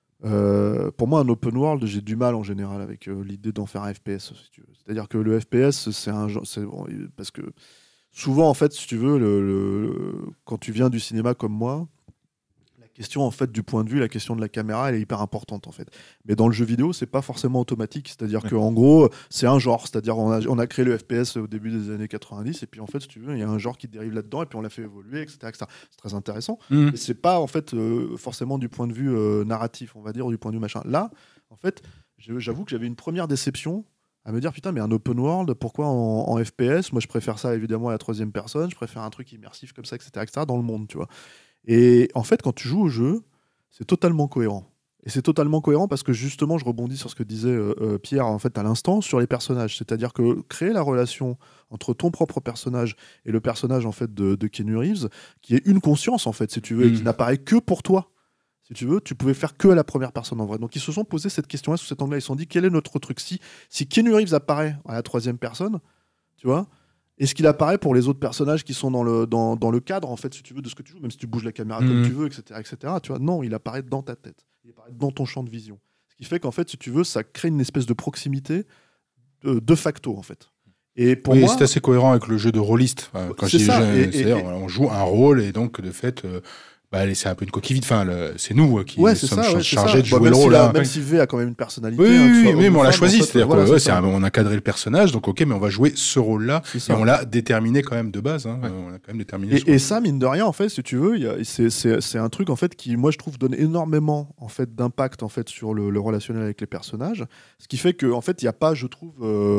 pour moi, un open world, j'ai du mal en général avec l'idée d'en faire un FPS, si tu veux. C'est-à-dire que le FPS, c'est un genre, parce que souvent, en fait, si tu veux, quand tu viens du cinéma comme moi, la question en fait du point de vue, la question de la caméra, elle est hyper importante en fait. Mais dans le jeu vidéo, c'est pas forcément automatique. C'est-à-dire qu'en gros, c'est un genre. C'est-à-dire on a créé le FPS au début des années 90, et puis en fait, si tu veux, il y a un genre qui dérive là-dedans, et puis on l'a fait évoluer, etc. C'est très intéressant. Mais c'est pas en fait forcément du point de vue narratif, on va dire, ou du point de vue machin. Là, en fait, j'avoue que j'avais une première déception à me dire putain, mais un open world, pourquoi en FPS? Moi, je préfère ça évidemment à la troisième personne. Je préfère un truc immersif comme ça, etc. dans le monde, tu vois. Et en fait, quand tu joues au jeu, c'est totalement cohérent. Et c'est totalement cohérent parce que justement, je rebondis sur ce que disait Pierre en fait, à l'instant, sur les personnages. C'est-à-dire que créer la relation entre ton propre personnage et le personnage en fait, de Keanu Reeves, qui est une conscience, en fait, si tu veux, et qui n'apparaît que pour toi. Si tu veux, tu pouvais faire que à la première personne en vrai. Donc ils se sont posé cette question-là sous cet angle-là. Ils se sont dit, quel est notre truc ? Si Keanu Reeves apparaît à la troisième personne, tu vois, est-ce qu'il apparaît pour les autres personnages qui sont dans le cadre, en fait, si tu veux, de ce que tu joues, même si tu bouges la caméra comme tu veux, etc., etc. Tu vois, non, il apparaît dans ta tête. Il apparaît dans ton champ de vision. Ce qui fait qu'en fait, si tu veux, ça crée une espèce de proximité de facto, en fait. Et pour moi, c'est assez cohérent avec le jeu de rôliste. Quand c'est ça. On joue un rôle, et donc, de fait... c'est un peu une coquille vide. Enfin, c'est nous qui sommes chargés de jouer le rôle. Même si V a quand même une personnalité. Oui, mais on l'a choisi. C'est-à-dire qu'on a cadré le personnage, donc ok, mais on va jouer ce rôle-là. Et on l'a déterminé quand même de base. On l'a quand même déterminé. Et ça, mine de rien, en fait, si tu veux, c'est un truc en fait qui, moi, je trouve, donne énormément en fait d'impact en fait sur le relationnel avec les personnages. Ce qui fait que, en fait, il n'y a pas, je trouve,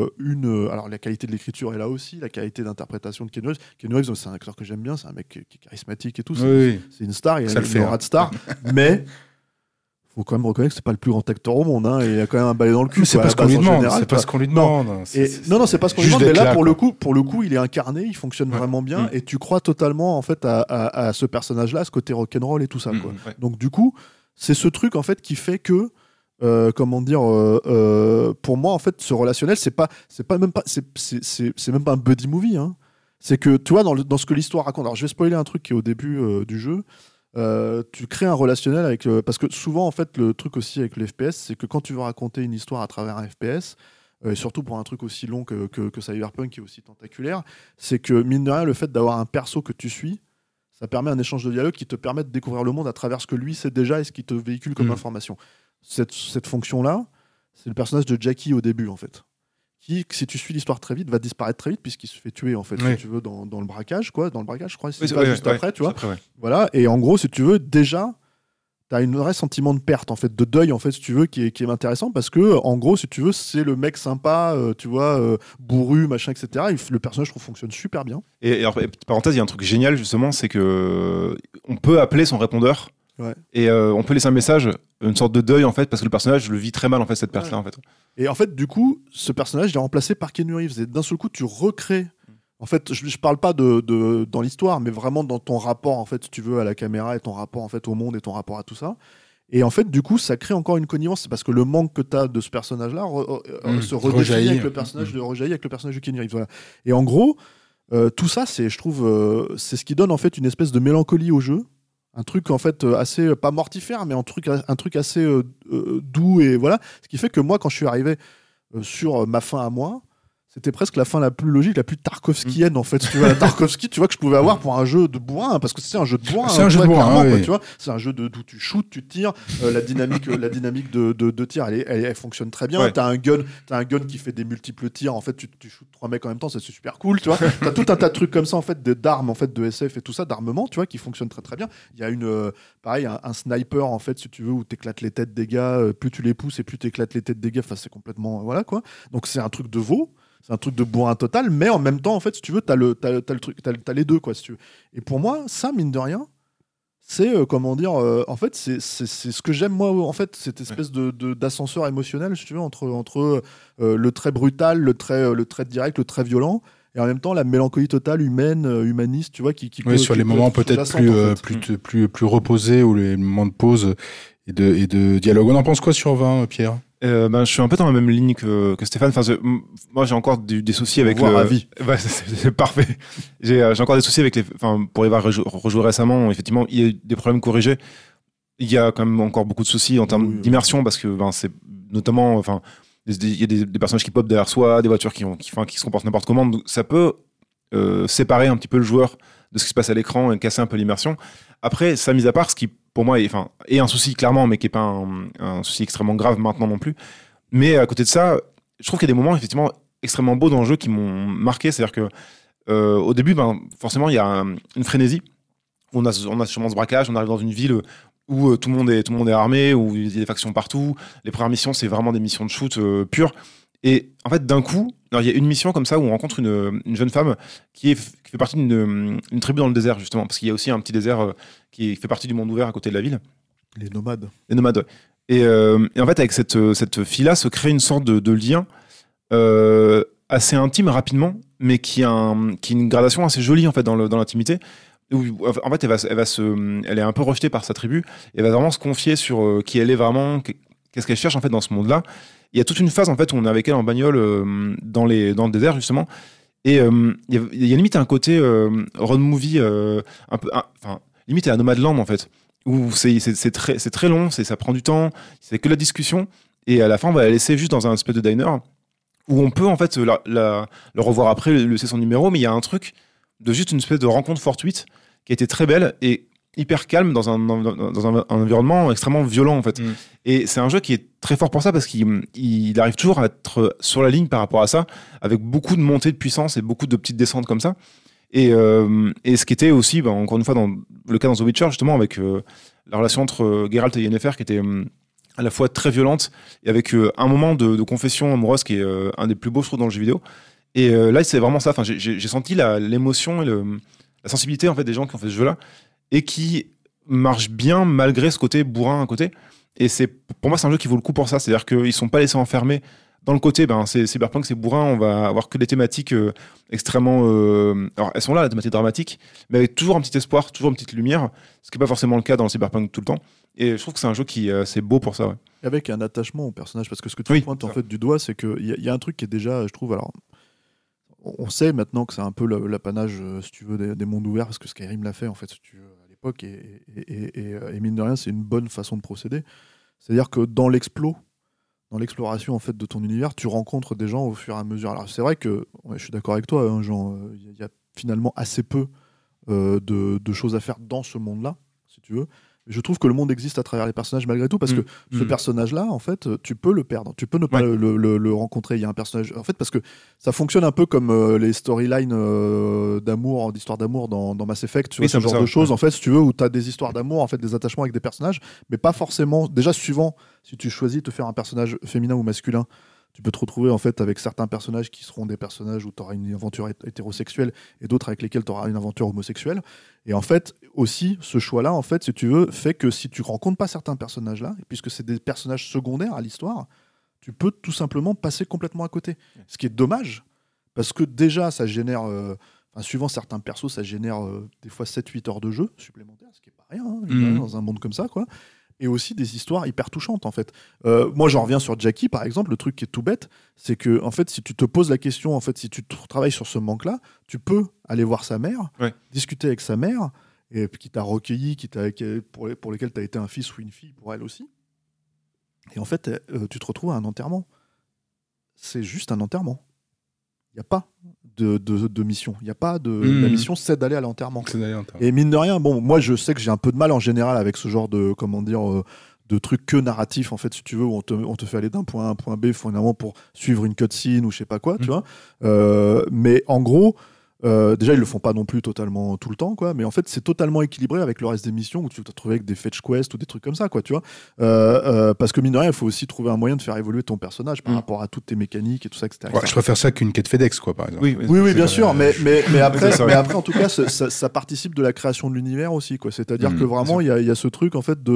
alors la qualité de l'écriture est là aussi, la qualité d'interprétation de Keanu Reeves. Keanu Reeves, c'est un acteur que j'aime bien, c'est un mec qui est charismatique et tout. C'est une star, il y a une aura de star, mais faut quand même reconnaître que c'est pas le plus grand acteur au monde, hein, et il y a quand même un balai dans le cul. Mais c'est pas ce qu'on lui demande. C'est pas ce qu'on lui demande. Non, c'est pas ce qu'on lui demande. Mais là, pour le coup, il est incarné, il fonctionne vraiment bien, et tu crois totalement en fait à ce personnage-là, à ce côté rock'n'roll et tout ça. Quoi. Donc du coup, c'est ce truc en fait qui fait que, pour moi en fait, ce relationnel, c'est même pas un buddy movie. Hein. C'est que tu vois dans ce que l'histoire raconte. Alors je vais spoiler un truc qui est au début du jeu. Tu crées un relationnel avec parce que souvent en fait le truc aussi avec le FPS, c'est que quand tu veux raconter une histoire à travers un FPS, et surtout pour un truc aussi long que Cyberpunk qui est aussi tentaculaire, c'est que mine de rien le fait d'avoir un perso que tu suis, ça permet un échange de dialogue qui te permet de découvrir le monde à travers ce que lui sait déjà et ce qui te véhicule comme information. Cette fonction là, c'est le personnage de Jackie au début en fait, qui, si tu suis l'histoire très vite, va disparaître très vite puisqu'il se fait tuer en fait, si tu veux, dans le braquage, quoi. Dans le braquage, je crois, c'est juste après, tu vois. Après, voilà, et en gros, si tu veux, déjà, t'as un vrai sentiment de perte, en fait, de deuil, en fait, si tu veux, qui est intéressant parce que, en gros, si tu veux, c'est le mec sympa, tu vois, bourru, machin, etc. Le personnage, je trouve, fonctionne super bien. Et alors, parenthèse, il y a un truc génial, justement, c'est que on peut appeler son répondeur. Et on peut laisser un message, une sorte de deuil en fait, parce que le personnage le vit très mal en fait, cette perte-là en fait. Et en fait, du coup, ce personnage il est remplacé par Keanu Reeves. Et d'un seul coup, tu recrées. En fait, je parle pas de dans l'histoire, mais vraiment dans ton rapport en fait, si tu veux, à la caméra et ton rapport en fait au monde et ton rapport à tout ça. Et en fait, du coup, ça crée encore une connivence. C'est parce que le manque que tu as de ce personnage-là se redéfinit avec le personnage de Keanu Reeves. Voilà. Et en gros, tout ça, c'est, je trouve, c'est ce qui donne en fait une espèce de mélancolie au jeu. Un truc en fait assez, pas mortifère, mais un truc assez doux, et voilà. Ce qui fait que moi, quand je suis arrivé sur ma fin à moi, c'était presque la fin la plus logique, la plus tarkovskienne en fait. Tu vois, la Tarkovsky, tu vois, que je pouvais avoir pour un jeu de bourrin, parce que c'est un jeu de bourrin. C'est un jeu de bourrin, quoi, tu vois. C'est un jeu où tu shootes, tu tires. La dynamique de tir, elle fonctionne très bien. T'as un gun qui fait des multiples tirs. En fait, tu shootes 3 mecs en même temps, c'est super cool, tu vois. T'as tout un tas de trucs comme ça en fait, d'armes en fait, de SF et tout ça, d'armement, tu vois, qui fonctionne très très bien. Il y a un sniper en fait, si tu veux, où t'éclates les têtes des gars. Plus tu les pousses et plus t'éclates les têtes des gars. Enfin, c'est complètement voilà quoi. Donc c'est un truc de veau. C'est un truc de bourrin total, mais en même temps, en fait, si tu veux, t'as les deux, quoi, si tu veux. Et pour moi, ça, mine de rien, c'est en fait, c'est ce que j'aime moi, en fait, cette espèce d'ascenseur émotionnel, si tu veux, entre le trait brutal, le trait direct, le trait violent, et en même temps la mélancolie totale, humaniste, tu vois, qui sur les moments peut-être plus reposés, ou les moments de pause et de dialogue. On en pense quoi sur 20, Pierre? Je suis un peu dans la même ligne que Stéphane. Enfin, moi, j'ai encore des soucis avec à vie. C'est parfait. J'ai encore des soucis avec pour y avoir rejoué récemment. Effectivement, il y a des problèmes corrigés. Il y a quand même encore beaucoup de soucis en termes d'immersion, parce que c'est notamment, il y a des personnages qui popent derrière soi, des voitures qui se comportent n'importe comment. Donc, ça peut séparer un petit peu le joueur de ce qui se passe à l'écran et casser un peu l'immersion. Après, ça mis à part, ce qui pour moi est un souci clairement, mais qui n'est pas un souci extrêmement grave maintenant non plus. Mais à côté de ça, je trouve qu'il y a des moments effectivement extrêmement beaux dans le jeu qui m'ont marqué. C'est-à-dire que au début, forcément, il y a une frénésie. On a sûrement ce braquage, on arrive dans une ville où tout le monde est armé, où il y a des factions partout. Les premières missions, c'est vraiment des missions de shoot pures. Et en fait, d'un coup, il y a une mission comme ça où on rencontre une jeune femme qui fait partie d'une tribu dans le désert, justement, parce qu'il y a aussi un petit désert qui fait partie du monde ouvert à côté de la ville. Les nomades. Les nomades, ouais. Et en fait, avec cette fille-là, se crée une sorte de lien assez intime rapidement, mais qui a une gradation assez jolie en fait dans l'intimité. Où, en fait, elle est un peu rejetée par sa tribu, et elle va vraiment se confier sur qui elle est vraiment, qu'est-ce qu'elle cherche en fait dans ce monde-là. Il y a toute une phase en fait où on est avec elle en bagnole dans le désert justement, et il y a limite un côté road movie un peu, limite à Nomadland en fait, où c'est très long, ça prend du temps, c'est que la discussion, et à la fin on va la laisser juste dans un espèce de diner où on peut en fait le revoir après, laisser son numéro, mais il y a un truc de juste une espèce de rencontre fortuite qui a été très belle et hyper calme dans un environnement extrêmement violent en fait. Et c'est un jeu qui est très fort pour ça, parce qu'il arrive toujours à être sur la ligne par rapport à ça, avec beaucoup de montées de puissance et beaucoup de petites descentes comme ça. Et ce qui était aussi, encore une fois, dans le cas dans The Witcher, justement, avec la relation entre Geralt et Yennefer, qui était à la fois très violente, et avec un moment de confession amoureuse qui est un des plus beaux, je trouve, dans le jeu vidéo. Et là, c'est vraiment ça. Enfin, j'ai senti l'émotion et la sensibilité en fait des gens qui ont fait ce jeu-là, et qui marche bien malgré ce côté bourrin à côté. Et pour moi, c'est un jeu qui vaut le coup pour ça. C'est-à-dire qu'ils sont pas laissés enfermer dans le côté, c'est Cyberpunk, c'est bourrin, on va avoir que des thématiques extrêmement... alors, elles sont là, les thématiques dramatiques, mais avec toujours un petit espoir, toujours une petite lumière, ce qui n'est pas forcément le cas dans le Cyberpunk tout le temps. Et je trouve que c'est un jeu qui c'est beau pour ça. Ouais. Avec un attachement au personnage, parce que ce que tu pointes en fait du doigt, c'est qu'il y a un truc qui est déjà, je trouve, alors... On sait maintenant que c'est un peu l'apanage, si tu veux, des mondes ouverts, parce que Skyrim l'a fait, en fait, si tu veux, à l'époque, et mine de rien, c'est une bonne façon de procéder. C'est-à-dire que dans l'exploration en fait de ton univers, tu rencontres des gens au fur et à mesure. Alors c'est vrai que je suis d'accord avec toi, hein, Jean, y a finalement assez peu de choses à faire dans ce monde-là, si tu veux. Je trouve que le monde existe à travers les personnages malgré tout, parce que ce personnage-là, en fait, tu peux le perdre, tu peux ne pas le rencontrer. Il y a un personnage, en fait, parce que ça fonctionne un peu comme les storylines d'amour, d'histoire d'amour dans Mass Effect, tu vois, ce genre de choses, en fait, si tu veux, où tu as des histoires d'amour, en fait, des attachements avec des personnages, mais pas forcément. Déjà, suivant si tu choisis de faire un personnage féminin ou masculin. Tu peux te retrouver en fait avec certains personnages qui seront des personnages où tu auras une aventure hétérosexuelle et d'autres avec lesquels tu auras une aventure homosexuelle. Et en fait, aussi, ce choix-là, en fait, si tu veux, fait que si tu rencontres pas certains personnages-là, et puisque c'est des personnages secondaires à l'histoire, tu peux tout simplement passer complètement à côté. Ce qui est dommage, parce que déjà, ça génère, suivant certains persos, ça génère des fois 7-8 heures de jeu supplémentaires, ce qui est pas rien, dans un monde comme ça, quoi. Et aussi des histoires hyper touchantes en fait. Moi j'en reviens sur Jackie par exemple, le truc qui est tout bête, c'est que en fait si tu te poses la question, en fait si tu travailles sur ce manque-là, tu peux aller voir sa mère, discuter avec sa mère, et qui t'a recueilli, pour lesquels tu as été un fils ou une fille pour elle aussi. Et en fait tu te retrouves à un enterrement. C'est juste un enterrement. Il n'y a pas de mission. Il n'y a pas de... La mission, c'est d'aller à l'enterrement. Et mine de rien, bon, moi, je sais que j'ai un peu de mal en général avec ce genre de, de trucs que narratifs, en fait, si tu veux, où on te fait aller d'un point A à un point B, finalement, pour suivre une cutscene ou je sais pas quoi, tu vois. Mais en gros... déjà ils le font pas non plus totalement tout le temps quoi, mais en fait c'est totalement équilibré avec le reste des missions où tu vas te retrouver avec des fetch quests ou des trucs comme ça quoi, tu vois, parce que mine de rien il faut aussi trouver un moyen de faire évoluer ton personnage par rapport à toutes tes mécaniques et tout ça, etc. Ouais, je préfère ça qu'une quête FedEx quoi, par exemple. Oui bien sûr, mais après en tout cas ça participe de la création de l'univers aussi quoi, c'est-à-dire que vraiment il y a ce truc en fait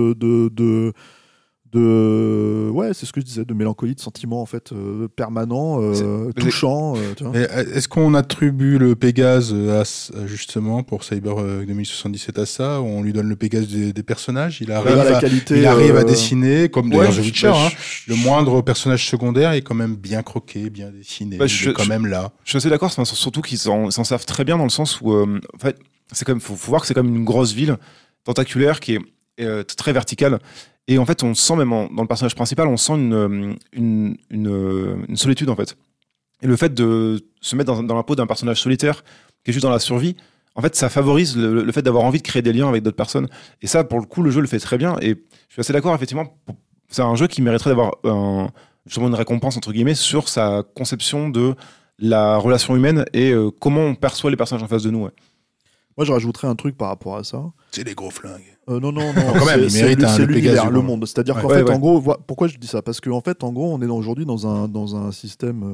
ouais, c'est ce que je disais, de mélancolie, de sentiments en fait permanents, touchants. Est-ce qu'on attribue le Pégase justement pour Cyberpunk 2077 à ça, où on lui donne le Pégase des personnages, il arrive à dessiner comme dans The Witcher, le moindre personnage secondaire est quand même bien croqué, bien dessiné, il est quand même là. Je suis assez d'accord, surtout qu'ils s'en servent très bien dans le sens où en fait, c'est quand même, faut voir que c'est comme une grosse ville tentaculaire qui est très verticale. Et en fait, on sent même dans le personnage principal, on sent une solitude en fait. Et le fait de se mettre dans la peau d'un personnage solitaire qui est juste dans la survie, en fait, ça favorise le fait d'avoir envie de créer des liens avec d'autres personnes. Et ça, pour le coup, le jeu le fait très bien. Et je suis assez d'accord, effectivement. C'est un jeu qui mériterait d'avoir justement une récompense entre guillemets sur sa conception de la relation humaine et comment on perçoit les personnages en face de nous. Ouais. Moi, je rajouterais un truc par rapport à ça. C'est des gros flingues. Non, quand même, c'est l'univers, le monde. C'est-à-dire qu'en fait, en gros, pourquoi je dis ça ? Parce qu'en fait, en gros, on est aujourd'hui dans un système.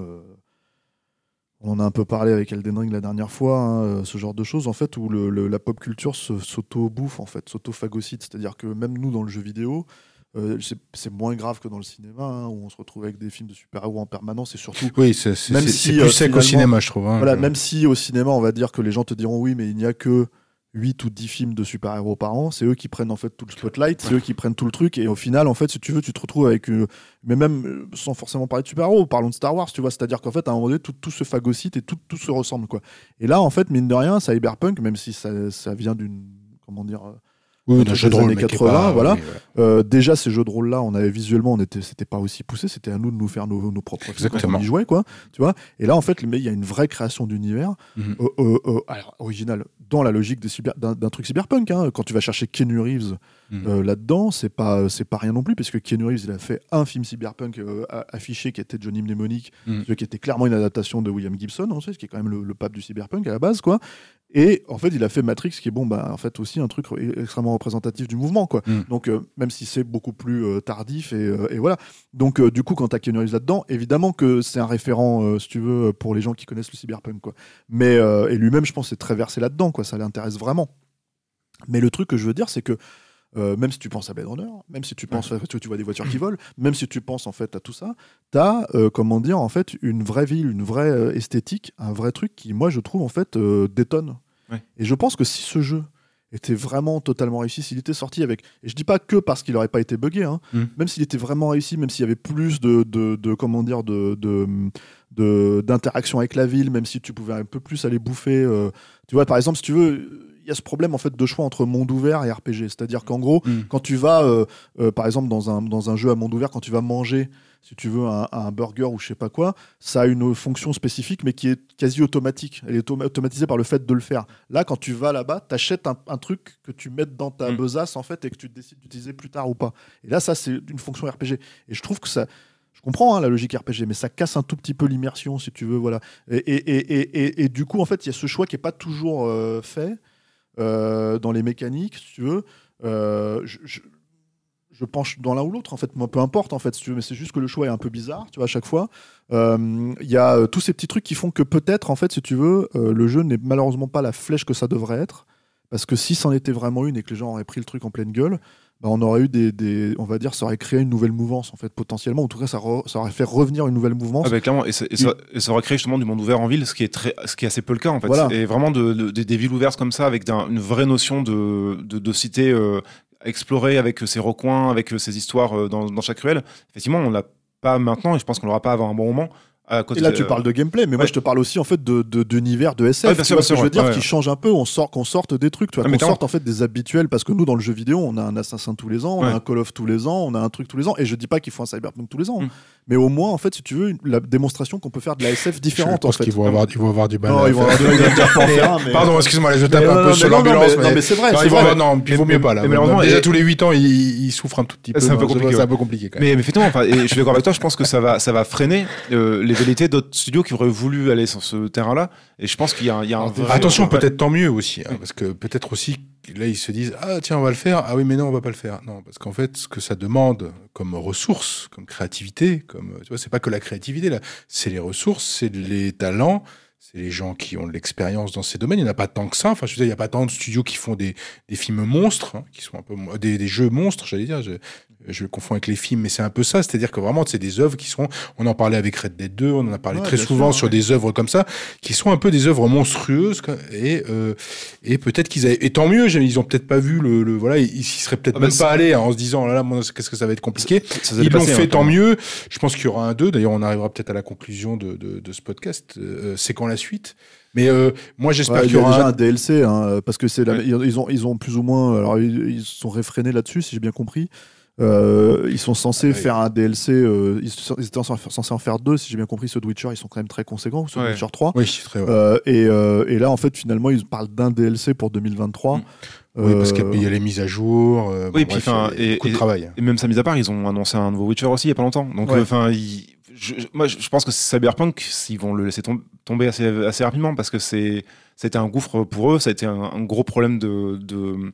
On en a un peu parlé avec Elden Ring la dernière fois, ce genre de choses, en fait, où la pop culture s'auto-bouffe, en fait, s'auto-phagocyte. C'est-à-dire que même nous, dans le jeu vidéo, c'est moins grave que dans le cinéma, où on se retrouve avec des films de super-héros en permanence, et surtout... Oui, c'est plus sec au cinéma, je trouve. Voilà, même si au cinéma, on va dire que les gens te diront oui, mais il n'y a que 8 ou 10 films de super-héros par an, c'est eux qui prennent en fait tout le spotlight, c'est eux qui prennent tout le truc, et au final, en fait, si tu veux, tu te retrouves avec... mais même sans forcément parler de super-héros, parlons de Star Wars, tu vois, c'est-à-dire qu'en fait, à un moment donné, tout se phagocyte et tout se ressemble, quoi. Et là, en fait, mine de rien, Cyberpunk, même si ça vient d'une... Comment dire... d'un jeu de rôle, années 80, voilà. Oui. Déjà, ces jeux de rôle-là, on avait visuellement, c'était pas aussi poussé, c'était à nous de nous faire nos propres films quand on y jouait, quoi. Tu vois. Et là, en fait, il y a une vraie création d'univers, alors original, dans la logique d'un truc cyberpunk. Hein. Quand tu vas chercher Keanu Reeves là-dedans, c'est pas rien non plus, parce que Keanu Reeves, il a fait un film cyberpunk affiché qui était Johnny Mnemonic, qui était clairement une adaptation de William Gibson, on sait, ce qui est quand même le pape du cyberpunk à la base, quoi. Et en fait, il a fait Matrix, qui est en fait aussi un truc extrêmement représentatif du mouvement, quoi. Donc, même si c'est beaucoup plus tardif et voilà. Donc, du coup, quand t'as Keanu Reeves là-dedans, évidemment que c'est un référent, si tu veux, pour les gens qui connaissent le cyberpunk, quoi. Mais et lui-même, je pense, c'est très versé là-dedans, quoi. Ça l'intéresse vraiment. Mais le truc que je veux dire, c'est que même si tu penses à Blade Runner, même si tu penses que tu vois des voitures qui volent, même si tu penses en fait à tout ça, t'as comment dire en fait une vraie ville, une vraie esthétique, un vrai truc qui moi je trouve en fait détonne. Ouais. Et je pense que si ce jeu était vraiment totalement réussi, s'il était sorti avec, et je dis pas que parce qu'il aurait pas été buggé, hein, même s'il était vraiment réussi, même s'il y avait plus de comment dire d'interaction avec la ville, même si tu pouvais un peu plus aller bouffer, tu vois par exemple si tu veux. Il y a ce problème en fait de choix entre monde ouvert et RPG, c'est-à-dire qu'en gros, quand tu vas, par exemple dans un jeu à monde ouvert, quand tu vas manger, si tu veux un burger ou je sais pas quoi, ça a une fonction spécifique mais qui est quasi automatique. Elle est automatisée par le fait de le faire. Là, quand tu vas là-bas, t'achètes un truc que tu mets dans ta besace en fait et que tu décides d'utiliser plus tard ou pas. Et là, ça c'est une fonction RPG. Et je trouve que ça. Je comprends la logique RPG, mais ça casse un tout petit peu l'immersion, si tu veux, voilà. Et du coup, en fait, il y a ce choix qui est pas toujours fait. Dans les mécaniques, si tu veux, je penche dans l'un ou l'autre, en fait, moi, peu importe, en fait, si tu veux, mais c'est juste que le choix est un peu bizarre, tu vois, à chaque fois. Il y a tous ces petits trucs qui font que peut-être, en fait, si tu veux, le jeu n'est malheureusement pas la flèche que ça devrait être, parce que si c'en était vraiment une et que les gens auraient pris le truc en pleine gueule, bah, on aurait eu on va dire, ça aurait créé une nouvelle mouvance, en fait, potentiellement. En tout cas, ça aurait fait revenir une nouvelle mouvance. Ah bah, clairement, et ça aurait créé justement du monde ouvert en ville, ce qui est assez peu le cas, en fait. Voilà. Et vraiment des villes ouvertes comme ça, avec une vraie notion de cité explorée, avec ses recoins, avec ses histoires dans chaque ruelle. Effectivement, on l'a pas maintenant, et je pense qu'on l'aura pas avant un bon moment. Et là, tu parles de gameplay, mais moi, je te parle aussi en fait d'univers de SF. Ouais, bien sûr, ce que je veux dire, ouais. qui change un peu. Qu'on sorte des trucs, tu vois, qu'on sorte en fait des habituels, parce que nous, dans le jeu vidéo, on a un Assassin tous les ans, on a un Call of tous les ans, on a un truc tous les ans. Et je dis pas qu'il faut un Cyberpunk tous les ans, mais au moins, en fait, si tu veux, la démonstration qu'on peut faire de la SF différente. Je pense qu'ils vont avoir du mal. Non, ils vont avoir du mal. Pardon, excuse-moi, je tape un peu sur l'ambulance. Non, mais c'est vrai. Non, il vaut mieux pas là. Déjà tous les 8 ans, ils souffrent un tout petit peu. C'est un peu compliqué. C'est un peu compliqué quand même. Mais effectivement, je suis d'accord avec toi. Je pense que ça va freiner les velléités d'autres studios qui auraient voulu aller sur ce terrain-là. Et je pense qu'il y a un vrai... Attention, peut-être tant mieux aussi, parce que peut-être aussi là ils se disent tiens on va le faire, ah oui mais non on va pas le faire, non parce qu'en fait ce que ça demande comme ressources, comme créativité, comme tu vois c'est pas que la créativité là, c'est les ressources, c'est les talents. C'est les gens qui ont de l'expérience dans ces domaines. Il n'y en a pas tant que ça. Enfin, je veux dire, il n'y a pas tant de studios qui font des films monstres, qui sont un peu des jeux monstres, j'allais dire. Je le confonds avec les films, mais c'est un peu ça. C'est-à-dire que vraiment, c'est des œuvres qui sont. On en parlait avec Red Dead 2, on en a parlé très souvent sur des œuvres comme ça, qui sont un peu des œuvres monstrueuses. Et peut-être qu'ils avaient. Et tant mieux, ils ont peut-être pas vu voilà, ils s'y seraient peut-être même pas allés en se disant, là, qu'est-ce que ça va être compliqué. Ils l'ont fait, tant mieux. Je pense qu'il y aura un 2. D'ailleurs, on arrivera peut-être à la conclusion de ce podcast. C'est quand la suite. Mais moi j'espère qu'il y aura déjà un DLC, hein, parce que ils ont plus ou moins, alors ils sont réfrénés là-dessus si j'ai bien compris. Ils sont censés faire un DLC, ils étaient censés en faire 2 si j'ai bien compris. Ceux de Witcher ils sont quand même très conséquents, ceux de Witcher 3. Oui, très et là en fait finalement ils parlent d'un DLC pour 2023. Oui, parce qu'il y a les mises à jour. Oui, puis beaucoup de travail. Et même ça mis à part, ils ont annoncé un nouveau Witcher aussi il y a pas longtemps. Donc moi je pense que Cyberpunk, ils vont le laisser tomber assez rapidement parce que c'était un gouffre pour eux, ça a été un gros problème de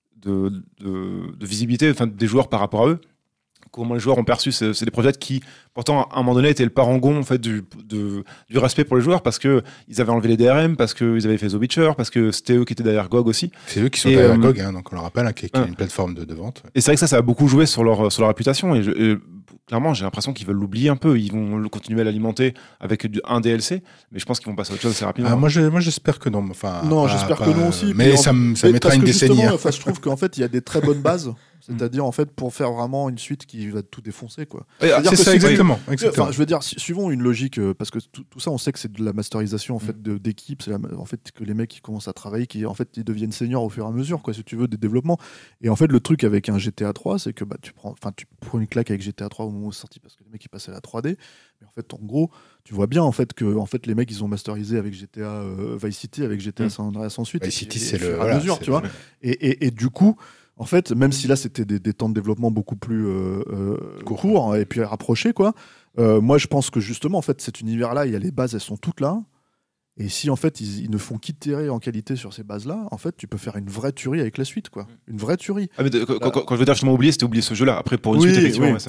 visibilité, enfin des joueurs par rapport à eux. Comment les joueurs ont perçu, c'est des projets qui, pourtant, à un moment donné, étaient le parangon en fait, du respect pour les joueurs parce qu'ils avaient enlevé les DRM, parce qu'ils avaient fait The Witcher, parce que c'était eux qui étaient derrière GOG aussi. C'est eux qui sont derrière GOG, donc on le rappelle, qui est une plateforme de vente. Et c'est vrai que ça a beaucoup joué sur leur réputation. Et clairement, j'ai l'impression qu'ils veulent l'oublier un peu. Ils vont continuer à l'alimenter avec un DLC, mais je pense qu'ils vont passer à autre chose assez rapidement. Moi, j'espère que non. Enfin, j'espère que non aussi. Mais ça mettra une décennie. Je trouve qu'en fait, il y a des très bonnes bases. C'est-à-dire en fait pour faire vraiment une suite qui va tout défoncer quoi. C'est ça exactement. Enfin, je veux dire suivons une logique parce que tout ça on sait que c'est de la masterisation en fait d'équipe, c'est en fait que les mecs qui commencent à travailler qui en fait ils deviennent seniors au fur et à mesure quoi si tu veux des développements. Et en fait le truc avec un GTA 3 c'est que tu prends une claque avec GTA 3 au moment où c'est sorti parce que les mecs ils passaient à la 3D, mais en fait en gros tu vois bien en fait que les mecs ils ont masterisé avec GTA Vice City, avec GTA San Andreas ensuite. Vice City c'est le à mesure tu vois. Et du coup en fait, même si là c'était des temps de développement beaucoup plus courts et puis rapprochés, quoi. Moi, je pense que justement, en fait, cet univers-là, il y a les bases, elles sont toutes là. Et si en fait ils ne font qu'itérer en qualité sur ces bases-là, en fait, tu peux faire une vraie tuerie avec la suite, quoi. Une vraie tuerie. Ah, mais quand je veux dire justement oublier, c'était oublier ce jeu-là. Après, pour une suite, effectivement, oui. ça, ouais.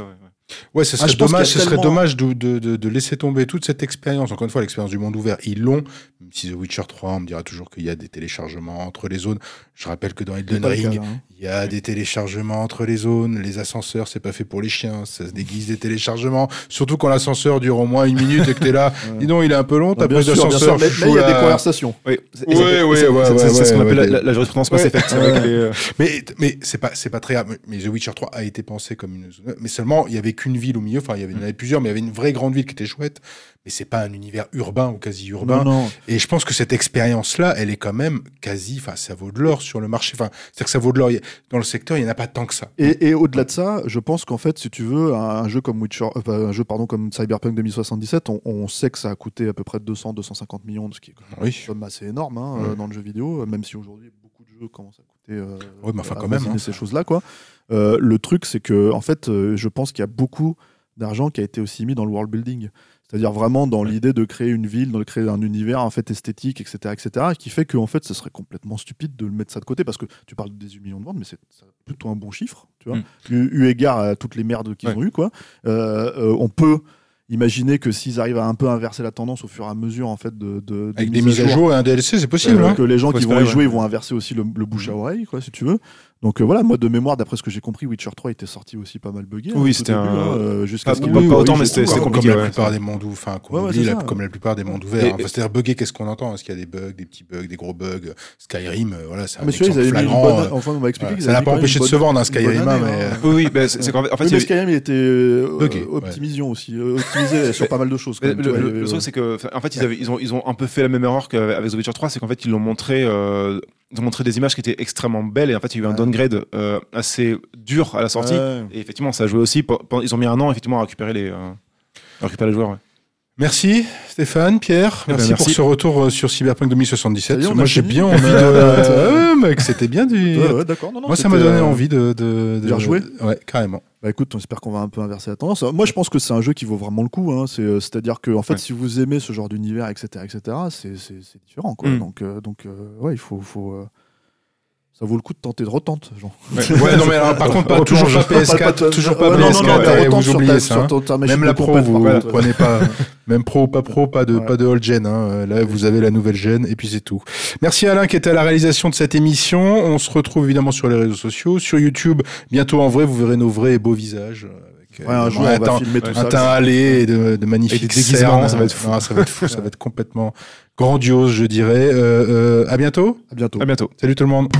Ouais, ce serait je pense dommage, qu'il y a ce serait tellement- dommage de laisser tomber toute cette expérience. Encore une fois, l'expérience du monde ouvert, ils l'ont. Même si The Witcher 3, on me dira toujours qu'il y a des téléchargements entre les zones. Je rappelle que dans C'est Elden pas le cas, Ring, là, hein. il y a des téléchargements entre les zones. Les ascenseurs, c'est pas fait pour les chiens. Ça se déguise des téléchargements. Surtout quand l'ascenseur dure au moins 1 minute et que t'es là. Dis donc, il est un peu long. Non, T'as bien pris sûr, bien d'ascenseur. sûr, mais il y a des conversations. Oui, Ouais, c'est ce qu'on appelle ouais, la jurisprudence Mass ouais. Effect. C'est vrai que Mais c'est pas très grave. Mais The Witcher 3 a été pensé comme une zone. Mais seulement, il y avait qu'une ville au milieu. Enfin, il y en avait plusieurs, mais il y avait une vraie grande ville qui était chouette. Mais c'est pas un univers urbain ou quasi urbain. Non. Et je pense que cette expérience-là, elle est quand même quasi. Enfin, ça vaut de l'or sur le marché. Enfin, c'est-à-dire que ça vaut de l'or. Dans le secteur, il n'y en a pas tant que ça. Et au-delà de ça, je pense qu'en fait, si tu veux, un jeu comme comme Cyberpunk 2077, on sait que ça a coûté à peu près 200-250 millions, ce qui est quand même Oui. une somme assez énorme dans le jeu vidéo, même si aujourd'hui beaucoup de jeux commencent à coûter. Oui, mais enfin, quand même. Ces choses-là, quoi. Le truc, c'est que, en fait, je pense qu'il y a beaucoup d'argent qui a été aussi mis dans le world building. C'est-à-dire vraiment dans l'idée de créer une ville, de créer un univers en fait esthétique, etc., qui fait que en fait, ce serait complètement stupide de le mettre ça de côté parce que tu parles de 18 millions de ventes, mais c'est plutôt un bon chiffre, tu vois. Eu égard à toutes les merdes qu'ils ont eues, quoi. On peut imaginer que s'ils arrivent à un peu inverser la tendance au fur et à mesure en fait Avec des mises à jour et un DLC, c'est possible. que les gens Faut qui vont espérer, y jouer vont inverser aussi le bouche à oreille, quoi, si tu veux. Donc voilà, moi de mémoire, d'après ce que j'ai compris, Witcher 3 était sorti aussi pas mal buggé. Oui, au c'était début, jusqu'à pas- ce qu'il pas y ait autant, corrige mais et c'était tout, Comme compliqué, la ouais. plupart des mondes ouverts, enfin, qu'on Ouais, oublie, c'est ça. comme la plupart des mondes ouverts. Et- Enfin, c'est-à-dire bugger, qu'est-ce qu'on entend? Est-ce qu'il y a des bugs, des petits bugs, des gros bugs? Skyrim, voilà, c'est un Mais celui-là, ils exemple avaient mis une flagrant. bonne. Enfin, on m'a expliqué voilà. qu'ils Ça avaient n'a mis pas quand même empêché une de se vendre, un bonne Skyrim, année, mais. hein. oui, c'est qu'en fait, Oui, mais Skyrim, il était Buggé, ouais. optimisé sur pas mal de choses. Quand Mais même, tu vois, il y le avait, truc, c'est que, en fait, ils ont un peu fait la même erreur qu'avec The Witcher 3, c'est qu'en fait, ils ont montré des images qui étaient extrêmement belles et en fait, il y a eu un downgrade assez dur à la sortie. Ouais. Et effectivement, ça a joué aussi. Ils ont mis 1 an, effectivement, à récupérer les joueurs. Ouais. Merci Stéphane, Pierre. Merci pour merci. ce retour sur Cyberpunk 2077. Ça y est, on Moi a j'ai fini. bien envie de. Ouais, mec, c'était bien du. Ouais, d'accord. Non, Moi ça m'a c'était, donné envie de d'y rejouer. Ouais, carrément. Bah écoute, on espère qu'on va un peu inverser la tendance. Moi, je pense que c'est un jeu qui vaut vraiment le coup. Hein. C'est-à-dire que, en fait, Ouais. si vous aimez ce genre d'univers, etc., c'est différent, quoi. Mm. Donc, ouais, il faut. Ça vaut le coup de tenter de retente, genre. Ouais, non mais alors, par contre, toujours pas PS4, toujours pas Ouais, non, PS4. non, mais eh, retente vous sur oubliez ta- ça. sur ta machine Même la de pro, compète, vous par contre. prenez pas. Même pro ou pas pro, pas de old gen. Hein. Là, vous avez la nouvelle gen et puis c'est tout. Merci Alain qui était à la réalisation de cette émission. On se retrouve évidemment sur les réseaux sociaux, sur YouTube. Bientôt en vrai, vous verrez nos vrais et beaux visages. Avec, Ouais, un jour, on va filmer tout un ça. teint allé et de magnifiques Et des déguisements, cernes. ça va être fou. Non, ça va être fou, ça va être complètement grandiose, je dirais. À bientôt. À bientôt. À bientôt. Salut tout le monde.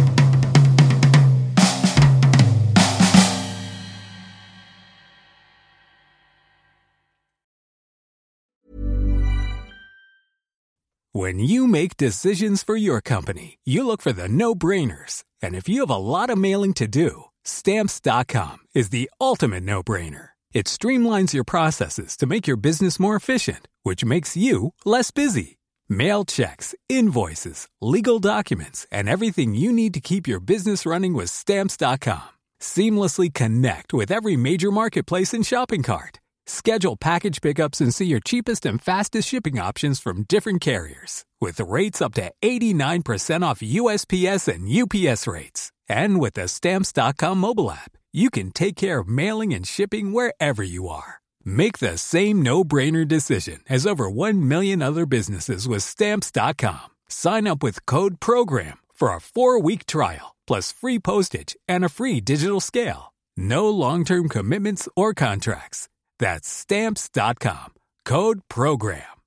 When you make decisions for your company, you look for the no-brainers. And if you have a lot of mailing to do, Stamps.com is the ultimate no-brainer. It streamlines your processes to make your business more efficient, which makes you less busy. Mail checks, invoices, legal documents, and everything you need to keep your business running with Stamps.com. Seamlessly connect with every major marketplace and shopping cart. Schedule package pickups and see your cheapest and fastest shipping options from different carriers. With rates up to 89% off USPS and UPS rates. And with the Stamps.com mobile app, you can take care of mailing and shipping wherever you are. Make the same no-brainer decision as over 1 million other businesses with Stamps.com. Sign up with code PROGRAM for a 4-week trial, plus free postage and a free digital scale. No long-term commitments or contracts. That's Stamps.com. Code PROGRAM.